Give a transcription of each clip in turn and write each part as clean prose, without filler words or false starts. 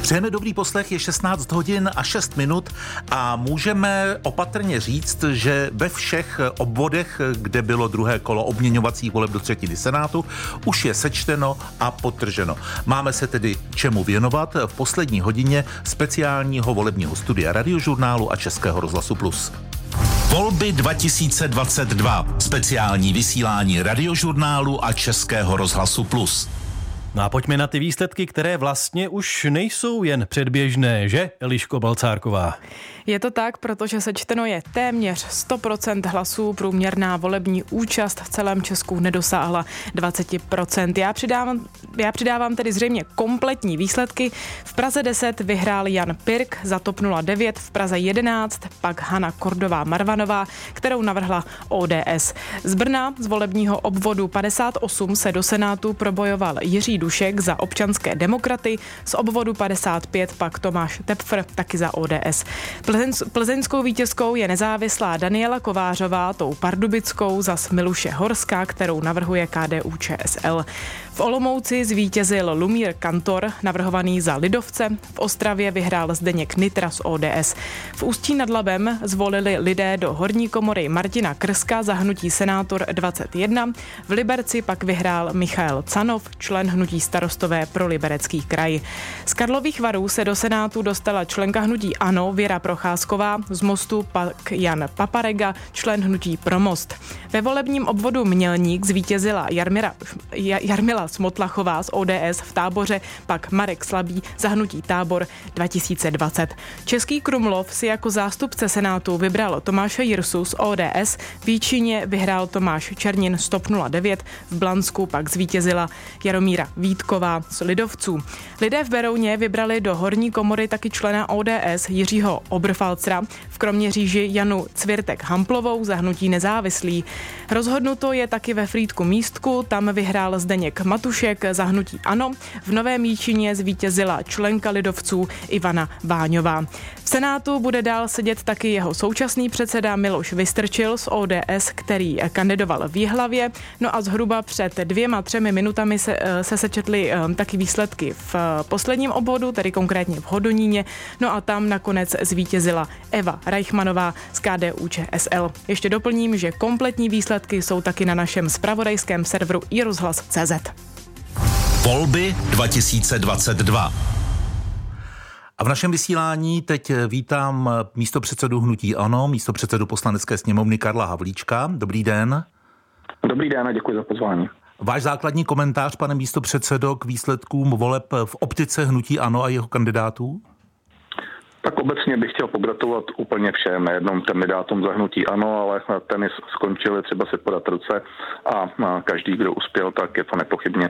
Přejeme dobrý poslech, je 16 hodin a 6 minut a můžeme opatrně říct, že ve všech obvodech, kde bylo druhé kolo obměňovacích voleb do třetiny Senátu, už je sečteno a podtrženo. Máme se tedy čemu věnovat v poslední hodině speciálního volebního studia Radiožurnálu a Českého rozhlasu Plus. Volby 2022. Speciální vysílání Radiožurnálu a Českého rozhlasu Plus. No a pojďme na ty výsledky, které vlastně už nejsou jen předběžné, že, Eliško Balcárková? Je to tak, protože sečteno je téměř 100% hlasů, průměrná volební účast v celém Česku nedosáhla 20%. Já přidávám tedy zřejmě kompletní výsledky. V Praze 10 vyhrál Jan Pirk za TOP 09, v Praze 11 pak Hana Kordová Marvanová, kterou navrhla ODS. Z Brna z volebního obvodu 58 se do Senátu probojoval Jiří Dušek za Občanské demokraty, z obvodu 55 pak Tomáš Tepfr, taky za ODS. Plzeňskou vítězkou je nezávislá Daniela Kovářová, tou pardubickou zas Miluše Horská, kterou navrhuje KDU-ČSL. V Olomouci zvítězil Lumír Kantor, navrhovaný za lidovce, v Ostravě vyhrál Zdeněk Nytra z ODS. V Ústí nad Labem zvolili lidé do horní komory Martina Krska za hnutí Senátor 21, v Liberci pak vyhrál Michael Canov, člen hnutí Starostové pro Liberecký kraj. Z Karlových Varů se do Senátu dostala členka hnutí ANO Věra Procházková, z Mostu pak Jan Paparega, člen hnutí Pro Most. Ve volebním obvodu Mělník zvítězila Jarmila Smotlachová z ODS, v Táboře pak Marek Slabý za hnutí Tábor 2020. Český Krumlov si jako zástupce Senátu vybral Tomáše Jirsu z ODS, v Jíčíně vyhrál Tomáš Černin z TOP 09, v Blansku pak zvítězila Jaromíra Vítková z lidovců. Lidé v Berouně vybrali do horní komory taky člena ODS Jiřího Oberfalzera, v Kroměříži Janu Cvirtek-Hamplovou za hnutí Nezávislí. Rozhodnuto je taky ve Frýdku Místku, tam vyhrál Zdeněk Matušek za hnutí ANO, v Novém Jíčíně zvítězila členka lidovců Ivana Váňová. V Senátu bude dál sedět taky jeho současný předseda Miloš Vystrčil z ODS, který kandidoval v Jihlavě, no a zhruba před 2-3 minutami se sečetly taky výsledky v posledním obvodu, tedy konkrétně v Hodoníně, no a tam nakonec zvítězila Eva Reichmanová z KDU-ČSL. Ještě doplním, že kompletní výsledky jsou taky na našem zpravodajském serveru iRozhlas.cz. Volby 2022. A v našem vysílání teď vítám místopředsedu hnutí ANO, místopředsedu Poslanecké sněmovny Karla Havlíčka. Dobrý den. Dobrý den a děkuji za pozvání. Váš základní komentář, pane místopředsedo, k výsledkům voleb v optice hnutí ANO a jeho kandidátů? Tak obecně bych chtěl pogratulovat úplně všem, nejenom kandidátům za hnutí ANO, ale tenis skončili, třeba si podat ruce a každý, kdo uspěl, tak je to nepochybně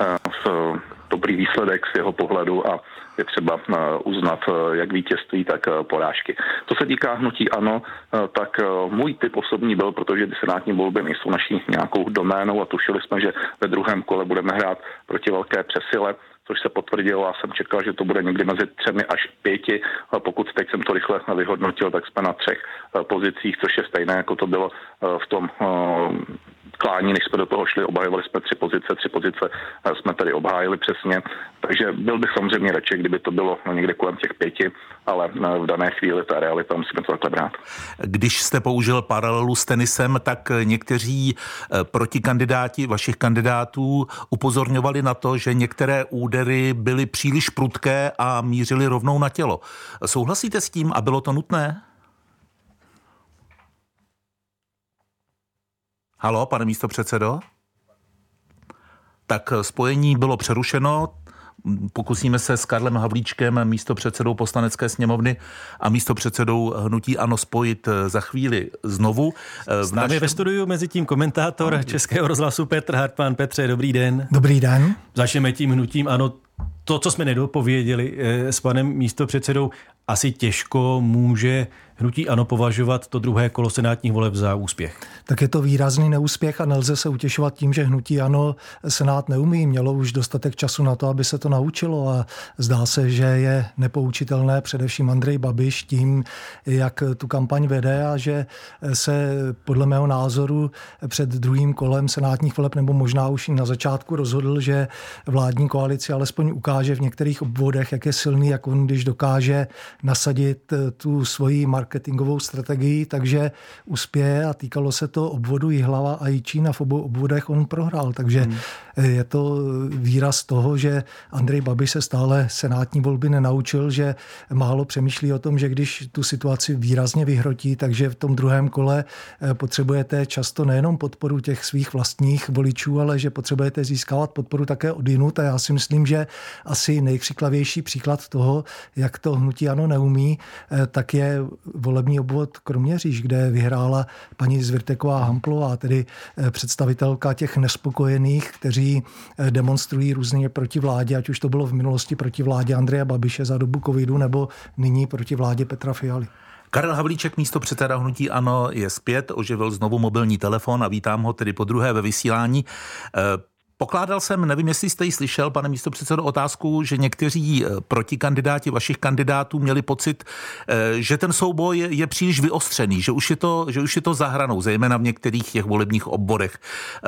dobrý výsledek z jeho pohledu a je třeba uznat jak vítězství, tak porážky. Co se týká hnutí ANO, tak můj typ osobní byl, protože ty senátní volby nejsou naší nějakou doménou a tušili jsme, že ve druhém kole budeme hrát proti velké přesile, což se potvrdilo a jsem čekal, že to bude někdy mezi 3 až 5. Pokud teď jsem to rychle vyhodnotil, tak jsme na 3 pozicích, což je stejné, jako to bylo v tom klání, než jsme do toho šli, obhajovali jsme 3 pozice jsme tady obhájili přesně, takže byl bych samozřejmě radši, kdyby to bylo někde kolem těch 5, ale v dané chvíli ta realita, musíme to takhle brát. Když jste použil paralelu s tenisem, tak někteří protikandidáti vašich kandidátů upozorňovali na to, že některé údery byly příliš prudké a mířily rovnou na tělo. Souhlasíte s tím a bylo to nutné? Haló, pane místopředsedo? Tak spojení bylo přerušeno. Pokusíme se s Karlem Havlíčkem, místopředsedou Poslanecké sněmovny a místopředsedou hnutí ANO spojit za chvíli znovu. S námi ve studiu mezi tím komentátor Českého rozhlasu Petr Hartmann. Petře, dobrý den. Dobrý den. Začneme tím hnutím ANO. To, co jsme nedopověděli s panem místopředsedou, asi těžko může hnutí ANO považovat to druhé kolo senátních voleb za úspěch. Tak je to výrazný neúspěch a nelze se utěšovat tím, že hnutí ANO senát neumí. Mělo už dostatek času na to, aby se to naučilo a zdá se, že je nepoučitelné především Andrej Babiš tím, jak tu kampaň vede a že se podle mého názoru před druhým kolem senátních voleb nebo možná už na začátku rozhodl, že vládní koalici alespoň ukáže v některých obvodech, jak je silný, jak on, když dokáže nasadit tu svoji marketingovou strategii, takže uspěje a týkalo se to obvodu Jihlava a Jičín a v obou obvodech on prohrál. Takže je to výraz toho, že Andrej Babiš se stále senátní volby nenaučil, že málo přemýšlí o tom, že když tu situaci výrazně vyhrotí, takže v tom druhém kole potřebujete často nejenom podporu těch svých vlastních voličů, ale že potřebujete získávat podporu také od jinut. A já si myslím, že asi nejkřiklavější příklad toho, jak to hnutí ANO neumí, tak je volební obvod Kroměříž, kde vyhrála paní Zvirteková Hamplová, tedy představitelka těch nespokojených, kteří demonstrují různě proti vládě, ať už to bylo v minulosti proti vládě Andreje Babiše za dobu covidu, nebo nyní proti vládě Petra Fialy. Karel Havlíček, místopředseda hnutí ANO, je zpět, oživil znovu mobilní telefon a vítám ho tedy podruhé ve vysílání. Pokládal jsem, nevím, jestli jste ji slyšel, pane místopředsedo, otázku, že někteří protikandidáti vašich kandidátů měli pocit, že ten souboj je příliš vyostřený, že už je to za hranou, zejména v některých těch volebních obvodech.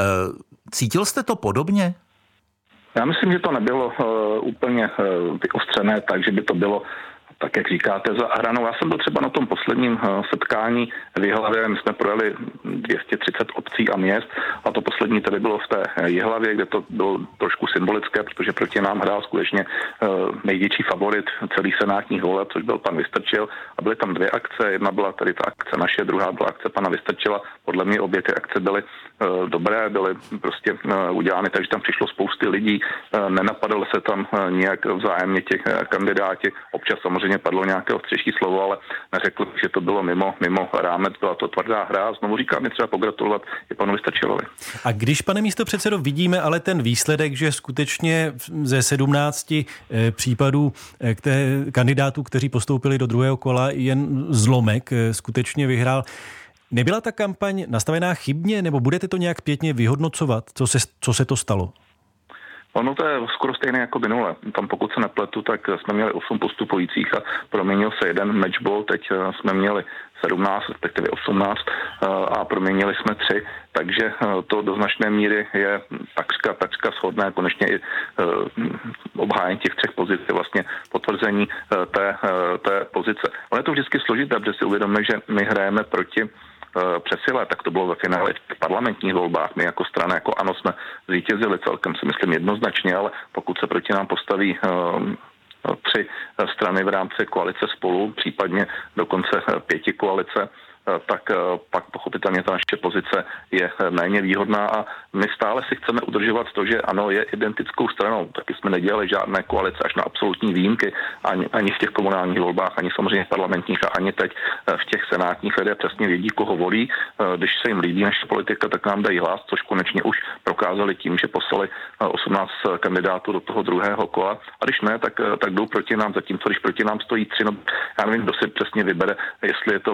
Cítil jste to podobně? Já myslím, že to nebylo úplně vyostřené, takže by to bylo tak, jak říkáte, za hranou. Já jsem byl třeba na tom posledním setkání v Jihlavě, my jsme projeli 230 obcí a měst a to poslední tady bylo v té Jihlavě, kde to bylo trošku symbolické, protože proti nám hrál skutečně největší favorit celých senátních voleb, což byl pan Vystrčil a byly tam dvě akce. Jedna byla tady ta akce naše, druhá byla akce pana Vystrčila. Podle mě obě ty akce byly dobré, byly prostě udělány, takže tam přišlo spousty lidí, nenapadalo se tam nějak vzájemně těch kandidáti, občas samozřejmě padlo nějaké ostřejší slovo, ale neřekl, že to bylo mimo rámec, byla to tvrdá hra. Znovu říkám, je třeba pogratulovat i panu Vystrčilovi. A když, pane místopředsedo, vidíme ale ten výsledek, že skutečně ze 17 případů kandidátů, kteří postoupili do druhého kola, jen zlomek skutečně vyhrál. Nebyla ta kampaň nastavená chybně, nebo budete to nějak zpětně vyhodnocovat, co se to stalo? Ono to je skoro stejné jako minule. Tam pokud se nepletu, tak jsme měli 8 postupujících a proměnil se jeden matchball, teď jsme měli 17, respektive 18 a proměnili jsme 3, takže to do značné míry je takřka shodné, konečně i obhájení těch 3 pozic je vlastně potvrzení té pozice. Ono je to vždycky složité, protože si uvědomíme, že my hrajeme proti přesile, tak to bylo ve finále v parlamentních volbách. My jako strana, jako ANO jsme zvítězili celkem, si myslím jednoznačně, ale pokud se proti nám postaví 3 strany v rámci koalice Spolu, případně dokonce 5 koalice, tak pak pochopitelně ta naše pozice je méně výhodná a my stále si chceme udržovat to, že ANO je identickou stranou. Taky jsme nedělali žádné koalice až na absolutní výjimky, ani v těch komunálních volbách, ani samozřejmě v parlamentních a ani teď v těch senátních. Lidé přesně vědí, koho volí. Když se jim líbí naše politika, tak nám dají hlas, což konečně už prokázali tím, že poslali 18 kandidátů do toho druhého kola. A když ne, tak jdou proti nám, zatímco když proti nám stojí 3, já nevím, kdo si přesně vybere, jestli je to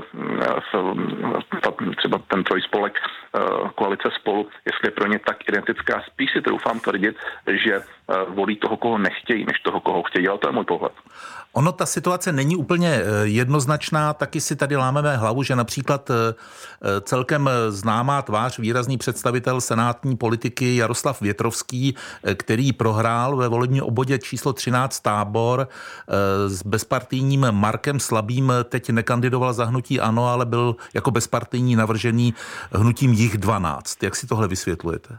třeba ten trojspolek koalice Spolu, jestli je pro ně tak identická. Spíš si troufám tvrdit, že volí toho, koho nechtějí, než toho, koho chtějí, ale to je můj pohled. Ono, ta situace není úplně jednoznačná, taky si tady lámeme hlavu, že například celkem známá tvář, výrazný představitel senátní politiky Jaroslav Větrovský, který prohrál ve volebním obvodě číslo 13 Tábor s bezpartijním Markem Slabým, teď nekandidoval za hnutí ANO, ale byl jako bezpartijní navržený hnutím Jih 12. Jak si tohle vysvětlujete?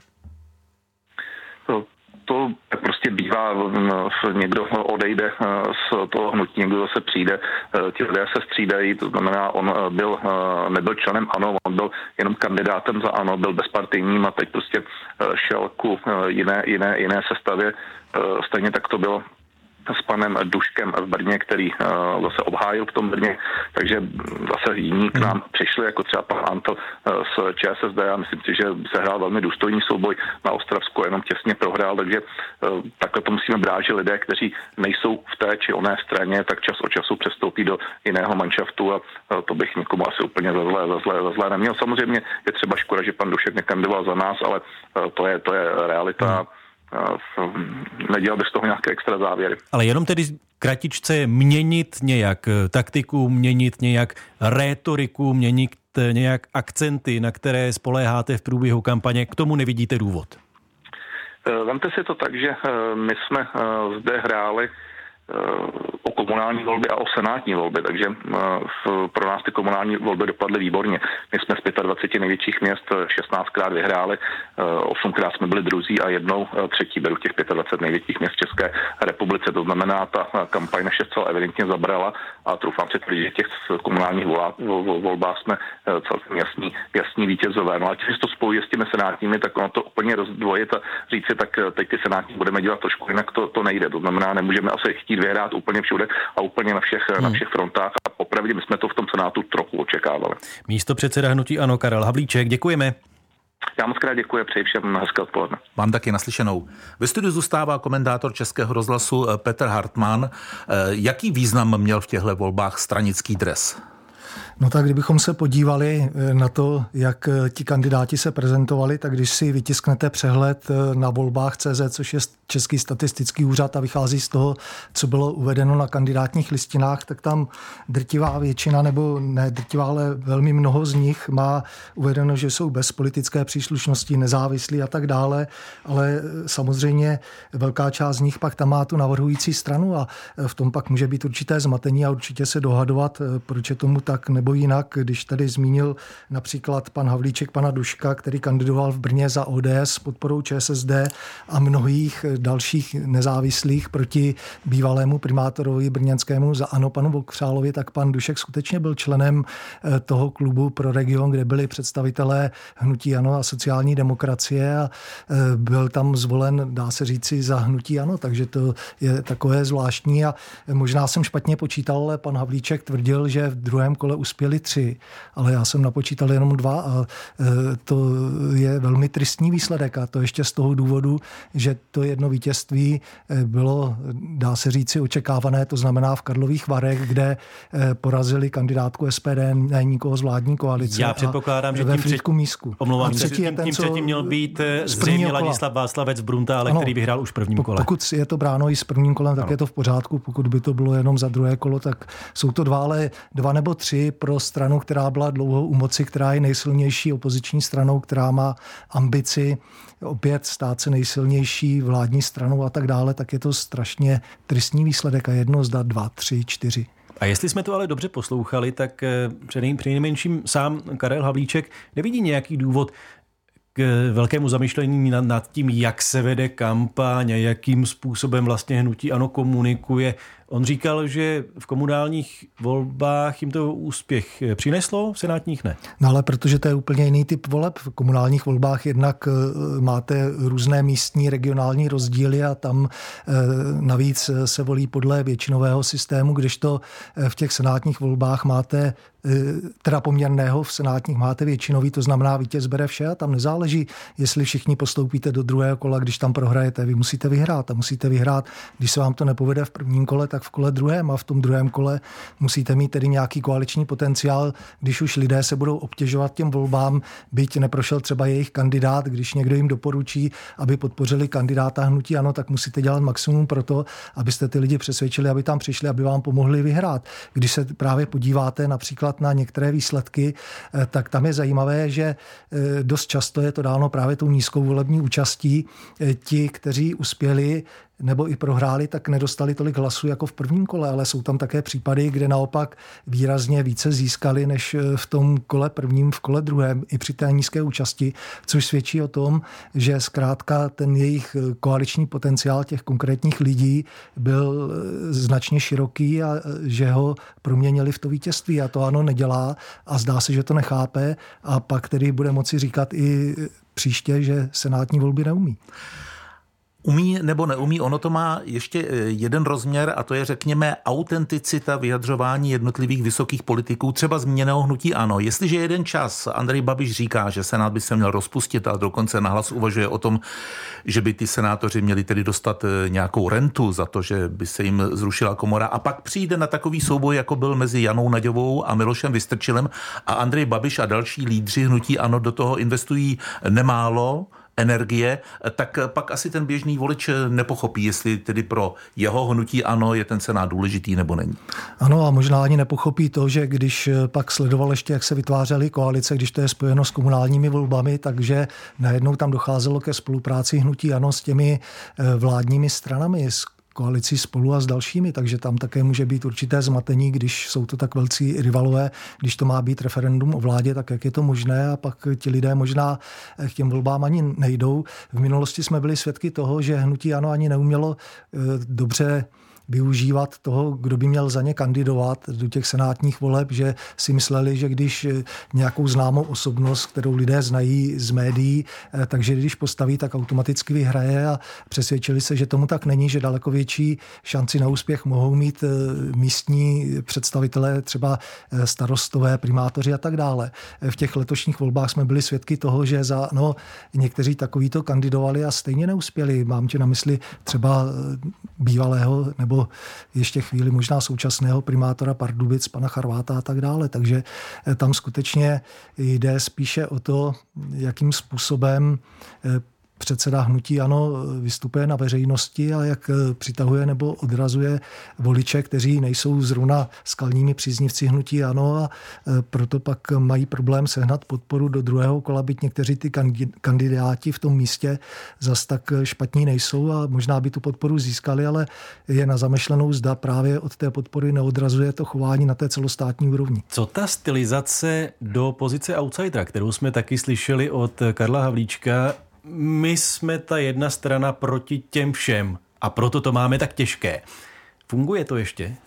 To prostě bývá, někdo odejde z toho hnutí, někdo zase přijde, ti lidé se střídají, to znamená, on nebyl členem ANO, on byl jenom kandidátem za ANO, byl bezpartijním a teď prostě šel ku jiné sestavě. Stejně tak to bylo s panem Duškem v Brně, který zase obhájil v tom Brně, takže zase jiní k nám přišli, jako třeba pan Antl z ČSSD a myslím si, že se hrál velmi důstojný souboj na Ostravsku, jenom těsně prohrál, takže takhle to musíme brát, že lidé, kteří nejsou v té či oné straně, tak čas od času přestoupí do jiného manšaftu a to bych nikomu asi úplně za zlé neměl. Samozřejmě je třeba škoda, že pan Dušek nekandidoval za nás, ale to je realita. Nedělal bych z toho nějaké extra závěry. Ale jenom tedy kratičce měnit nějak taktiku, měnit nějak rétoriku, měnit nějak akcenty, na které spoléháte v průběhu kampaně, k tomu nevidíte důvod? Vemte si to tak, že my jsme zde hráli o komunální volby a o senátní volby, takže pro nás ty komunální volby dopadly výborně. My jsme z 25 největších měst 16krát vyhráli, 8krát jsme byli druzí a jednou třetí beru těch 25 největších měst v České republice. To znamená, ta kampaň naše zcela evidentně zabrala a troufám si tvrdit, že těch komunálních volbách jsme celkem jasní vítězové. No a když to spojí s těmi senátními, tak ono to úplně rozdvojit a říct si, tak teď ty senátní budeme dělat trošku jinak, to nejde. To znamená, nemůžeme asi chtít vyhrát úplně všude a úplně na všech frontách a popravdě my jsme to v tom Senátu trochu očekávali. Místopředseda hnutí ANO Karel Havlíček, děkujeme. Já moc krát děkuji, přeji všem hezké odpoledne. Mám taky naslyšenou. Ve studiu zůstává komentátor Českého rozhlasu Petr Hartmann. Jaký význam měl v těchto volbách stranický dres? No tak kdybychom se podívali na to, jak ti kandidáti se prezentovali, tak když si vytisknete přehled na volbách CZ, což je Český statistický úřad a vychází z toho, co bylo uvedeno na kandidátních listinách, tak tam drtivá většina, nebo ne drtivá, ale velmi mnoho z nich má uvedeno, že jsou bez politické příslušnosti, nezávislí a tak dále, ale samozřejmě velká část z nich pak tam má tu navrhující stranu a v tom pak může být určité zmatení a určitě se dohadovat, proč je tomu tak nebo jinak, když tady zmínil například pan Havlíček pana Duška, který kandidoval v Brně za ODS s podporou ČSSD a mnohých dalších nezávislých proti bývalému primátorovi brněnskému za ANO panu Vokřálovi, tak pan Dušek skutečně byl členem toho klubu pro region, kde byli představitelé hnutí ANO a sociální demokracie a byl tam zvolen, dá se říci, za hnutí ANO, takže to je takové zvláštní a možná jsem špatně počítal, ale pan Havlíček tvrdil, že v druhém kole uspěli 3, ale já jsem napočítal jenom 2 a to je velmi tristní výsledek a to ještě z toho důvodu, že to jedno vítězství bylo, dá se říci, očekávané, to znamená v Karlových Varech, kde porazili kandidátku SPD, ne nikoho z vládní koalice. Já předpokládám, že tím třetím měl být zřejmě Ladislav Václavec v Bruntále, který vyhrál už v prvním kole. Pokud je to bráno i s prvním kolem, tak je to v pořádku. Pokud by to bylo jenom za druhé kolo, tak jsou to 2, ale 2 nebo 3 pro stranu, která byla dlouho u moci, která je nejsilnější opoziční stranou, která má ambici opět stát se nejsilnější vládní stranou a tak dále, tak je to strašně tristní výsledek a jedno zda 2, 3, 4. A jestli jsme to ale dobře poslouchali, tak přinejmenším sám Karel Havlíček nevidí nějaký důvod k velkému zamyšlení nad tím, jak se vede kampaň a jakým způsobem vlastně hnutí ANO komunikuje. On říkal, že v komunálních volbách jim to úspěch přineslo, v senátních ne. No ale protože to je úplně jiný typ voleb. V komunálních volbách jednak máte různé místní, regionální rozdíly a tam navíc se volí podle většinového systému, kdežto v těch senátních volbách máte teda poměrného, v senátních máte většinový, to znamená vítěz bere vše a tam nezáleží, jestli všichni postoupíte do druhého kola, když tam prohrajete. Vy musíte vyhrát a musíte vyhrát, když se vám to nepovede v prvním kole, tak v kole druhém a v tom druhém kole musíte mít tedy nějaký koaliční potenciál, když už lidé se budou obtěžovat těm volbám, byť neprošel třeba jejich kandidát, když někdo jim doporučí, aby podpořili kandidáta hnutí ANO, tak musíte dělat maximum pro to, abyste ty lidi přesvědčili, aby tam přišli, aby vám pomohli vyhrát. Když se právě podíváte například na některé výsledky, tak tam je zajímavé, že dost často je to dáno právě tou nízkou volební účastí. Ti, kteří uspěli nebo i prohráli, tak nedostali tolik hlasů jako v prvním kole, ale jsou tam také případy, kde naopak výrazně více získali než v tom kole prvním, v kole druhém i při té nízké účasti, což svědčí o tom, že zkrátka ten jejich koaliční potenciál těch konkrétních lidí byl značně široký a že ho proměnili v to vítězství a to ANO nedělá a zdá se, že to nechápe a pak tedy bude moci říkat i příště, že senátní volby neumí. Umí nebo neumí, ono to má ještě jeden rozměr a to je, řekněme, autenticita vyjadřování jednotlivých vysokých politiků, třeba zmíněného hnutí ANO. Jestliže jeden čas Andrej Babiš říká, že Senát by se měl rozpustit a dokonce nahlas uvažuje o tom, že by ty senátoři měli tedy dostat nějakou rentu za to, že by se jim zrušila komora, a pak přijde na takový souboj, jako byl mezi Janou Naďovou a Milošem Vystrčilem, a Andrej Babiš a další lídři hnutí ANO do toho investují nemálo energie, tak pak asi ten běžný volič nepochopí, jestli tedy pro jeho hnutí ANO je ten Senát důležitý nebo není. Ano, a možná ani nepochopí to, že když pak sledoval ještě, jak se vytvářely koalice, když to je spojeno s komunálními volbami, takže najednou tam docházelo ke spolupráci hnutí ANO s těmi vládními stranami, s koalicí Spolu a s dalšími, takže tam také může být určité zmatení, když jsou to tak velcí rivalové, když to má být referendum o vládě, tak jak je to možné, a pak ti lidé možná k těm volbám ani nejdou. V minulosti jsme byli svědky toho, že hnutí ANO ani neumělo dobře využívat toho, kdo by měl za ně kandidovat do těch senátních voleb, že si mysleli, že když nějakou známou osobnost, kterou lidé znají z médií, takže když postaví, tak automaticky vyhraje, a přesvědčili se, že tomu tak není, že daleko větší šanci na úspěch mohou mít místní představitelé, třeba starostové, primátoři a tak dále. V těch letošních volbách jsme byli svědky toho, že někteří takovýto kandidovali a stejně neuspěli. Mám tě na mysli třeba bývalého nebo ještě chvíli možná současného primátora Pardubic, pana Charváta a tak dále. Takže tam skutečně jde spíše o to, jakým způsobem předseda hnutí ANO vystupuje na veřejnosti a jak přitahuje nebo odrazuje voliče, kteří nejsou zrovna skalními příznivci hnutí ANO, a proto pak mají problém sehnat podporu do druhého kola, byť někteří ty kandidáti v tom místě zas tak špatní nejsou a možná by tu podporu získali, ale je na zamešlenou, zda právě od té podpory neodrazuje to chování na té celostátní úrovni. Co ta stylizace do pozice outsidera, kterou jsme taky slyšeli od Karla Havlíčka? My jsme ta jedna strana proti těm všem a proto to máme tak těžké. Funguje to ještě?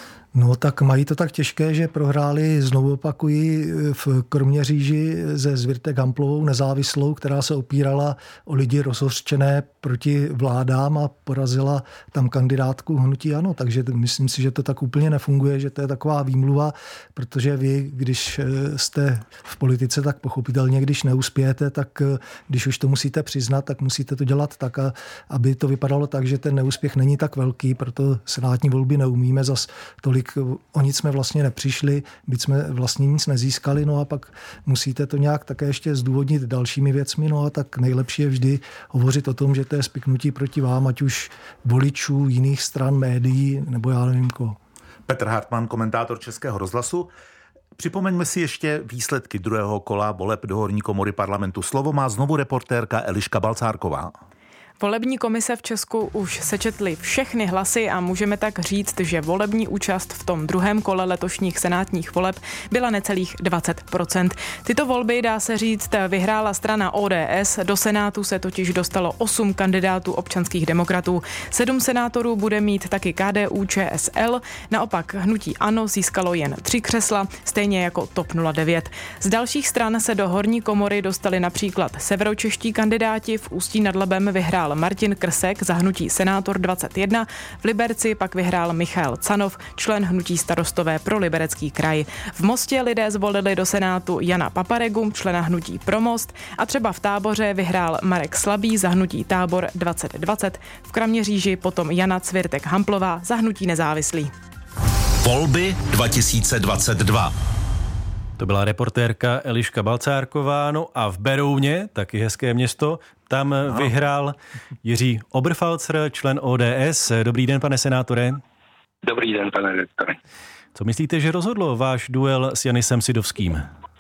No tak mají to tak těžké, že prohráli, znovu opakuji, v Kroměříži se Zvirtek Hamplovou nezávislou, která se opírala o lidi rozhořčené proti vládám a porazila tam kandidátku hnutí ANO. Takže myslím si, že to tak úplně nefunguje, že to je taková výmluva, protože vy, když jste v politice, tak pochopitelně, když neuspějete, tak když už to musíte přiznat, tak musíte to dělat tak, aby to vypadalo tak, že ten neúspěch není tak velký, proto senátní volby neumíme zas tolik, o nic jsme vlastně nepřišli, byť jsme vlastně nic nezískali, no a pak musíte to nějak také ještě zdůvodnit dalšími věcmi, no a tak nejlepší je vždy hovořit o tom, že to je spiknutí proti vám, ať už voličů, jiných stran, médií, nebo já nevím koho. Petr Hartmann, komentátor Českého rozhlasu. Připomeňme si ještě výsledky druhého kola voleb do horní komory parlamentu. Slovo má znovu reportérka Eliška Balcárková. Volební komise v Česku už sečetly všechny hlasy a můžeme tak říct, že volební účast v tom druhém kole letošních senátních voleb byla necelých 20%. Tyto volby, dá se říct, vyhrála strana ODS, do Senátu se totiž dostalo 8 kandidátů občanských demokratů, 7 senátorů bude mít taky KDU ČSL, naopak hnutí ANO získalo jen 3 křesla, stejně jako TOP 09. Z dalších stran se do horní komory dostali například severočeští kandidáti, v Ústí nad Labem vyhrál Martin Krsek za hnutí Senátor 21, v Liberci pak vyhrál Michal Canov, člen hnutí Starostové pro Liberecký kraj. V Mostě lidé zvolili do Senátu Jana Paparegu, člena hnutí Pro Most, a třeba v Táboře vyhrál Marek Slabý za hnutí Tábor 2020, v Kroměříži potom Jana Cvirtek Hamplová za hnutí Nezávislý. Volby 2022. To byla reportérka Eliška Balcárková. No a v Berouně, taky hezké město, tam vyhrál Jiří Oberfalzer, člen ODS. Dobrý den, pane senátore. Dobrý den, pane redaktore. Co myslíte, že rozhodlo váš duel s Janisem Sidovským?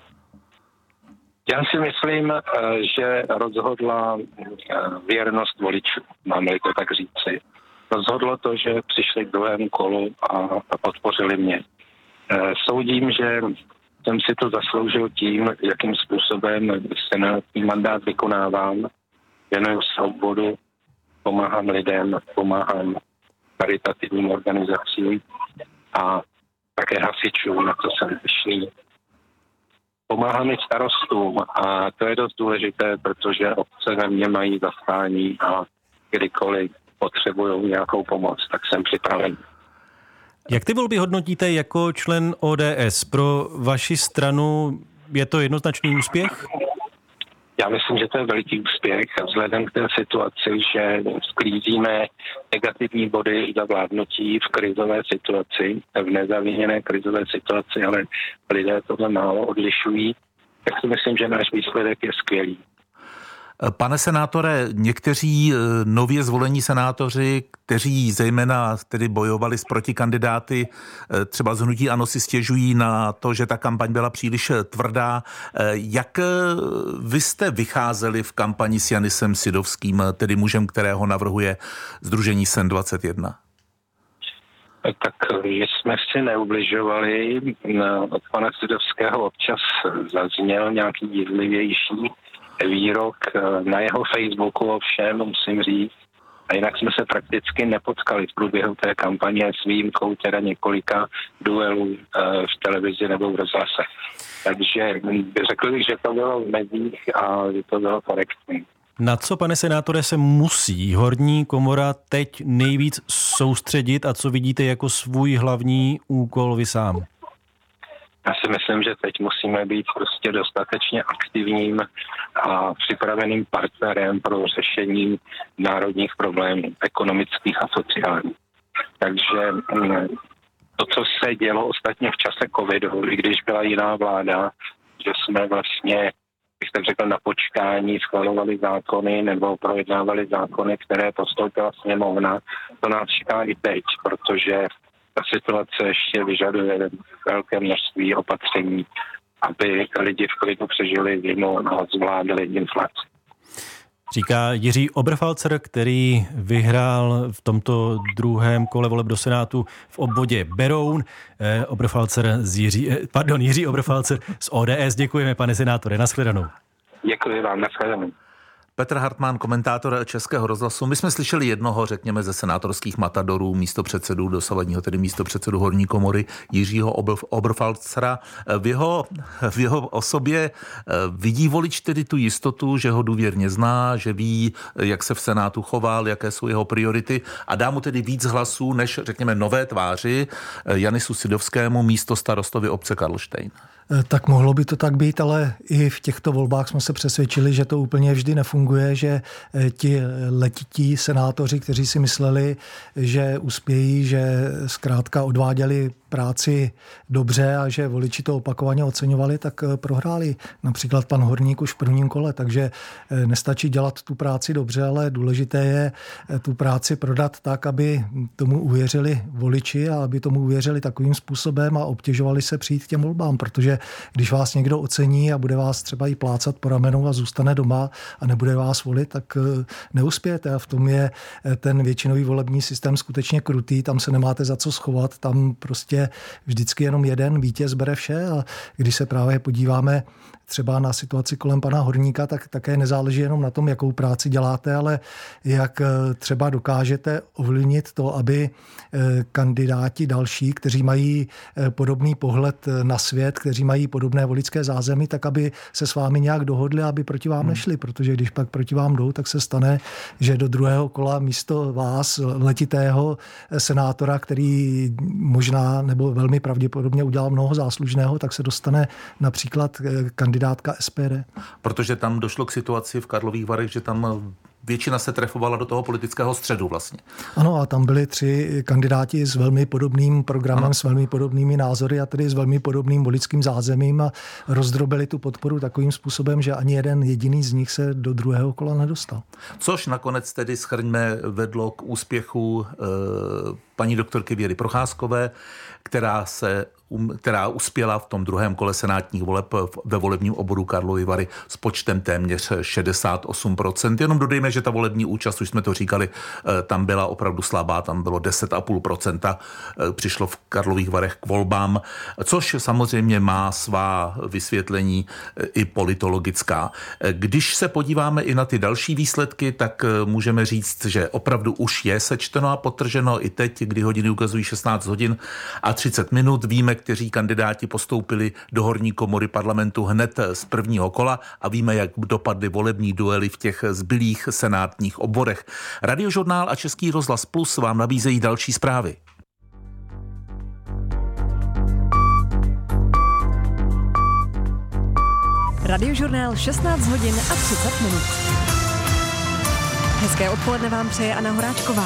Já si myslím, že rozhodla věrnost voličů, mám-li to tak říci. Rozhodlo to, že přišli k druhému kolu a podpořili mě. Soudím, že jsem si to zasloužil tím, jakým způsobem senátní mandát vykonávám. Věnuju se obvodu, pomáhám lidem, pomáhám charitativním organizacím a také hasičům, na co jsem pyšný. Pomáhám i starostům a to je dost důležité, protože obce ve mně mají zastání a kdykoliv potřebují nějakou pomoc, tak jsem připraven. Jak ty volby hodnotíte jako člen ODS? Pro vaši stranu je to jednoznačný úspěch? Já myslím, že to je veliký úspěch a vzhledem k té situaci, že sklízíme negativní body za vládnutí v krizové situaci, v nezaviněné krizové situaci, ale lidé tohle málo odlišují, tak si myslím, že náš výsledek je skvělý. Pane senátore, někteří nově zvolení senátoři, kteří zejména tedy bojovali s protikandidáty, třeba z hnutí ANO, si stěžují na to, že ta kampaň byla příliš tvrdá. Jak vy jste vycházeli v kampani s Janisem Sidovským, tedy mužem, kterého navrhuje Sdružení SEN 21? Tak jsme si neubližovali. Od pana Sidovského občas zazněl nějaký jízlivější výrok na jeho Facebooku, ovšem musím říct, a jinak jsme se prakticky nepotkali v průběhu té kampaně s výjimkou teda několika duelů v televizi nebo v rozhlase. Takže řekl bych, že to bylo v médiích a že to bylo korektní. Na co, pane senátore, se musí horní komora teď nejvíc soustředit a co vidíte jako svůj hlavní úkol vy sám? Já si myslím, že teď musíme být prostě dostatečně aktivním a připraveným partnerem pro řešení národních problémů, ekonomických a sociálních. Takže to, co se dělo ostatně v čase covidu, i když byla jiná vláda, že jsme vlastně, bych tak řekl, na počkání schvalovali zákony nebo projednávali zákony, které postoupila sněmovna, to nás čeká i teď, protože ta situace ještě vyžaduje velké množství opatření, aby lidi v klidu přežili zimu a zvládli inflaci. Říká Jiří Oberfalzer, který vyhrál v tomto druhém kole voleb do Senátu v obvodě Beroun. Jiří Oberfalzer z ODS. Děkujeme, pane senátore. Nashledanou. Děkuji vám, nashledanou. Petr Hartmann, komentátor Českého rozhlasu. My jsme slyšeli jednoho, řekněme, ze senátorských matadorů, místopředsedu, dosavadního tedy místopředsedu horní komory Jiřího Oberfalzera. V jeho osobě vidí volič tedy tu jistotu, že ho důvěrně zná, že ví, jak se v Senátu choval, jaké jsou jeho priority a dá mu tedy víc hlasů, než, řekněme, nové tváři Janisu Sidovskému, místostarostovi obce Karlštejn. Tak mohlo by to tak být, ale i v těchto volbách jsme se přesvědčili, že to úplně vždy nefunguje, že ti letití senátoři, kteří si mysleli, že uspějí, že zkrátka odváděli práci dobře a že voliči to opakovaně oceňovali, tak prohráli. Například pan Horník už v prvním kole, takže nestačí dělat tu práci dobře, ale důležité je tu práci prodat tak, aby tomu uvěřili voliči a aby tomu uvěřili takovým způsobem a obtěžovali se přijít k těm volbám, protože když vás někdo ocení a bude vás třeba i plácat po ramenu a zůstane doma a nebude vás volit, tak neuspějete a v tom je ten většinový volební systém skutečně krutý, tam se nemáte za co schovat, tam prostě vždycky jenom jeden vítěz bere vše a když se právě podíváme třeba na situaci kolem pana Horníka, tak také nezáleží jenom na tom, jakou práci děláte, ale jak třeba dokážete ovlivnit to, aby kandidáti další, kteří mají podobný pohled na svět, kteří mají podobné voličské zázemí, tak aby se s vámi nějak dohodli, aby proti vám nešli, protože když pak proti vám jdou, tak se stane, že do druhého kola místo vás, letitého senátora, který možná nebo velmi pravděpodobně udělal mnoho záslužného, tak se dostane například kandidátka SPD. Protože tam došlo k situaci v Karlových Varech, že tam většina se trefovala do toho politického středu vlastně. Ano, a tam byli 3 kandidáti s velmi podobným programem, ano, s velmi podobnými názory a tedy s velmi podobným voličským zázemím a rozdrobili tu podporu takovým způsobem, že ani jeden jediný z nich se do druhého kola nedostal. Což nakonec tedy shrňme vedlo k úspěchu paní doktorky Věry Procházkové, která uspěla v tom druhém kole senátních voleb ve volebním obvodu Karlovy Vary s počtem téměř 68%. Jenom dodejme, že ta volební účast, už jsme to říkali, tam byla opravdu slabá, tam bylo 10,5%, přišlo v Karlových Varech k volbám, což samozřejmě má svá vysvětlení i politologická. Když se podíváme i na ty další výsledky, tak můžeme říct, že opravdu už je sečteno a podtrženo i teď, kdy hodiny ukazují 16 hodin a 30 minut. Víme, kteří kandidáti postoupili do horní komory parlamentu hned z prvního kola a víme, jak dopadly volební duely v těch zbylých senátních obvodech. Radiožurnál a Český rozhlas Plus vám nabízejí další zprávy. Radiožurnál 16 hodin a 30 minut. Hezké odpoledne vám přeje Anna Horáčková.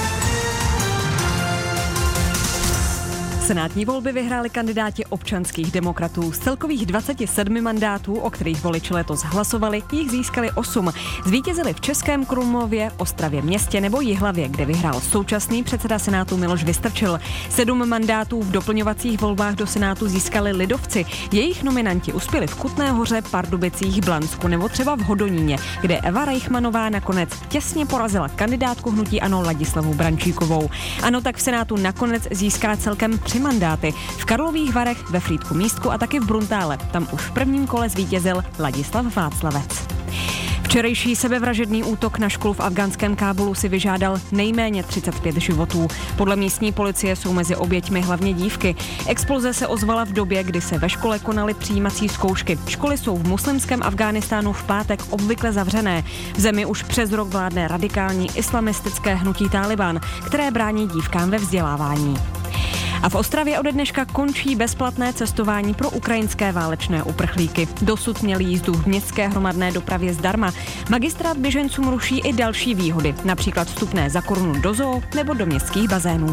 Senátní volby vyhráli kandidáti občanských demokratů. Z celkových 27 mandátů, o kterých voliči letos hlasovali, jich získali 8. Zvítězili v Českém Krumlově, Ostravě městě nebo Jihlavě, kde vyhrál současný předseda Senátu Miloš Vystrčil. 7 mandátů v doplňovacích volbách do Senátu získali lidovci. Jejich nominanti uspěli v Kutné Hoře, Pardubicích, Blansku nebo třeba v Hodoníně, kde Eva Reichmanová nakonec těsně porazila kandidátku hnutí ANO Ladislavu Brančíkovou. ANO tak v Senátu nakonec získá celkem 3 mandáty. V Karlových Varech, ve Frýdku Místku a taky v Bruntále. Tam už v prvním kole zvítězil Ladislav Václavec. Včerejší sebevražedný útok na školu v afghánském Kábulu si vyžádal nejméně 35 životů. Podle místní policie jsou mezi oběťmi hlavně dívky. Exploze se ozvala v době, kdy se ve škole konaly přijímací zkoušky. Školy jsou v muslimském Afghánistánu v pátek obvykle zavřené. V zemi už přes rok vládne radikální islamistické hnutí Tálibán, které brání dívkám ve vzdělávání. A v Ostravě ode dneška končí bezplatné cestování pro ukrajinské válečné uprchlíky. Dosud měli jízdu v městské hromadné dopravě zdarma. Magistrát běžencům ruší i další výhody, například vstupné za korunu do zoo nebo do městských bazénů.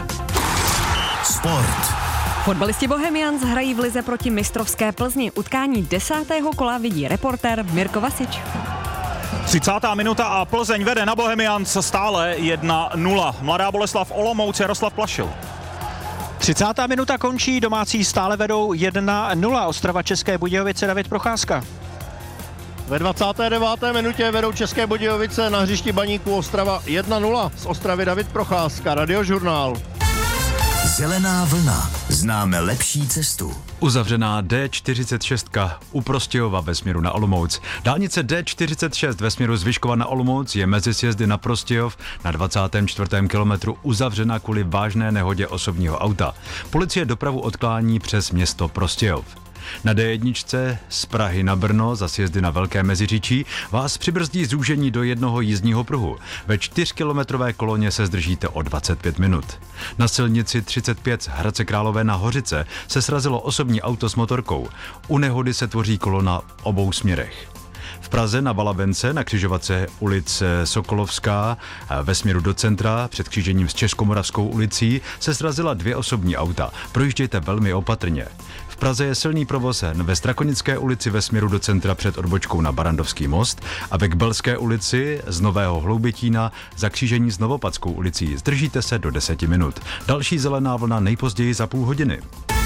Sport. Fotbalisti Bohemians hrají v lize proti mistrovské Plzni. Utkání 10. kola vidí reportér Mirko Vasič. 30. minuta a Plzeň vede na Bohemians stále 1-0. Mladá Boleslav Olomouc, Jaroslav Plašil. 30. minuta končí, domácí stále vedou 1-0. Ostrava České Budějovice, David Procházka. Ve 29. minutě vedou České Budějovice na hřišti Baníku Ostrava 1-0. Z Ostravy David Procházka, Radiožurnál. Zelená vlna. Známe lepší cestu. Uzavřená D46 u Prostějova ve směru na Olomouc. Dálnice D46 ve směru z Vyškova na Olomouc je mezi sjezdy na Prostějov na 24. kilometru uzavřena kvůli vážné nehodě osobního auta. Policie dopravu odklání přes město Prostějov. Na D1 z Prahy na Brno za sjezdy na Velké Meziříčí vás přibrzdí zúžení do jednoho jízdního pruhu. Ve 4kilometrové koloně se zdržíte o 25 minut. Na silnici 35 z Hradce Králové na Hořice se srazilo osobní auto s motorkou. U nehody se tvoří kolona obou směrech. V Praze na Valavence na křižovatce ulic Sokolovská ve směru do centra před křížením s Českomoravskou ulicí se srazila 2 osobní auta. Projíždějte velmi opatrně. V Praze je silný provoz ve Strakonické ulici ve směru do centra před odbočkou na Barandovský most a ve Kbelské ulici z Nového Hloubětína za křížení s Novopadskou ulicí. Zdržíte se do 10 minut. Další zelená vlna nejpozději za půl hodiny.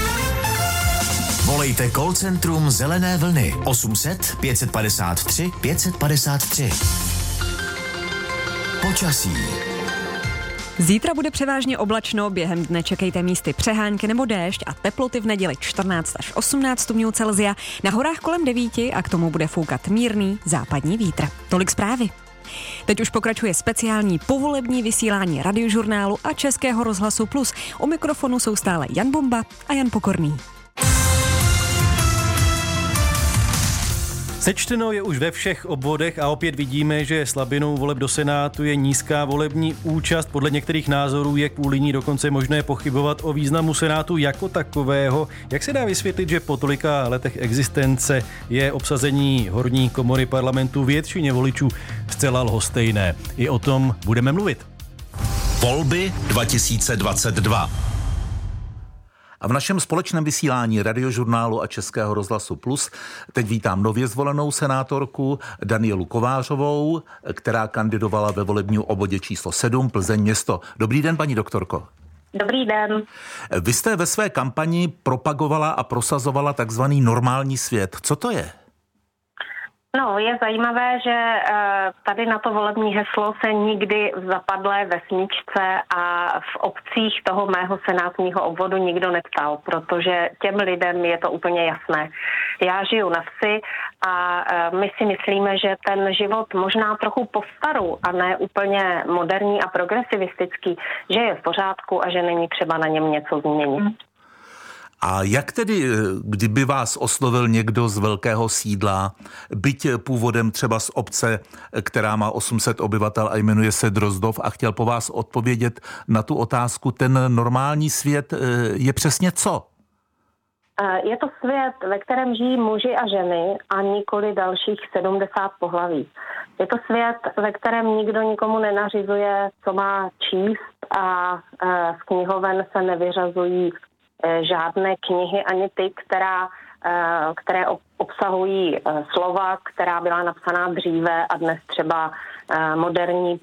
Volejte call centrum Zelené vlny 800 553 553. Počasí. Zítra bude převážně oblačno, během dne čekejte místy přehánky nebo déšť a teploty v neděli 14 až 18 stupňů Celsia, na horách kolem 9 a k tomu bude foukat mírný západní vítr. Tolik zprávy. Teď už pokračuje speciální povolební vysílání Radiožurnálu a Českého rozhlasu Plus. U mikrofonu jsou stále Jan Bomba a Jan Pokorný. Sečteno je už ve všech obvodech a opět vidíme, že slabinou voleb do Senátu je nízká volební účast. Podle některých názorů je kvůli ní dokonce možné pochybovat o významu Senátu jako takového. Jak se dá vysvětlit, že po tolika letech existence je obsazení horní komory parlamentu většině voličů zcela lhostejné? I o tom budeme mluvit. Volby 2022. A v našem společném vysílání Radiožurnálu a Českého rozhlasu Plus teď vítám nově zvolenou senátorku Danielu Kovářovou, která kandidovala ve volebním obvodě číslo 7 Plzeň město. Dobrý den, paní doktorko. Dobrý den. Vy jste ve své kampani propagovala a prosazovala takzvaný normální svět. Co to je? No, je zajímavé, že tady na to volební heslo se nikdy v zapadlé vesničce a v obcích toho mého senátního obvodu nikdo neptal, protože těm lidem je to úplně jasné. Já žiju na vsi a my si myslíme, že ten život možná trochu po staru a ne úplně moderní a progresivistický, že je v pořádku a že není třeba na něm něco změnit. A jak tedy, kdyby vás oslovil někdo z velkého sídla, byť původem třeba z obce, která má 800 obyvatel a jmenuje se Drozdov a chtěl po vás odpovědět na tu otázku, ten normální svět je přesně co? Je to svět, ve kterém žijí muži a ženy a nikoli dalších 70 pohlaví. Je to svět, ve kterém nikdo nikomu nenařizuje, co má číst a z knihoven se nevyřazují žádné knihy, ani ty, které obsahují slova, která byla napsaná dříve a dnes třeba moderní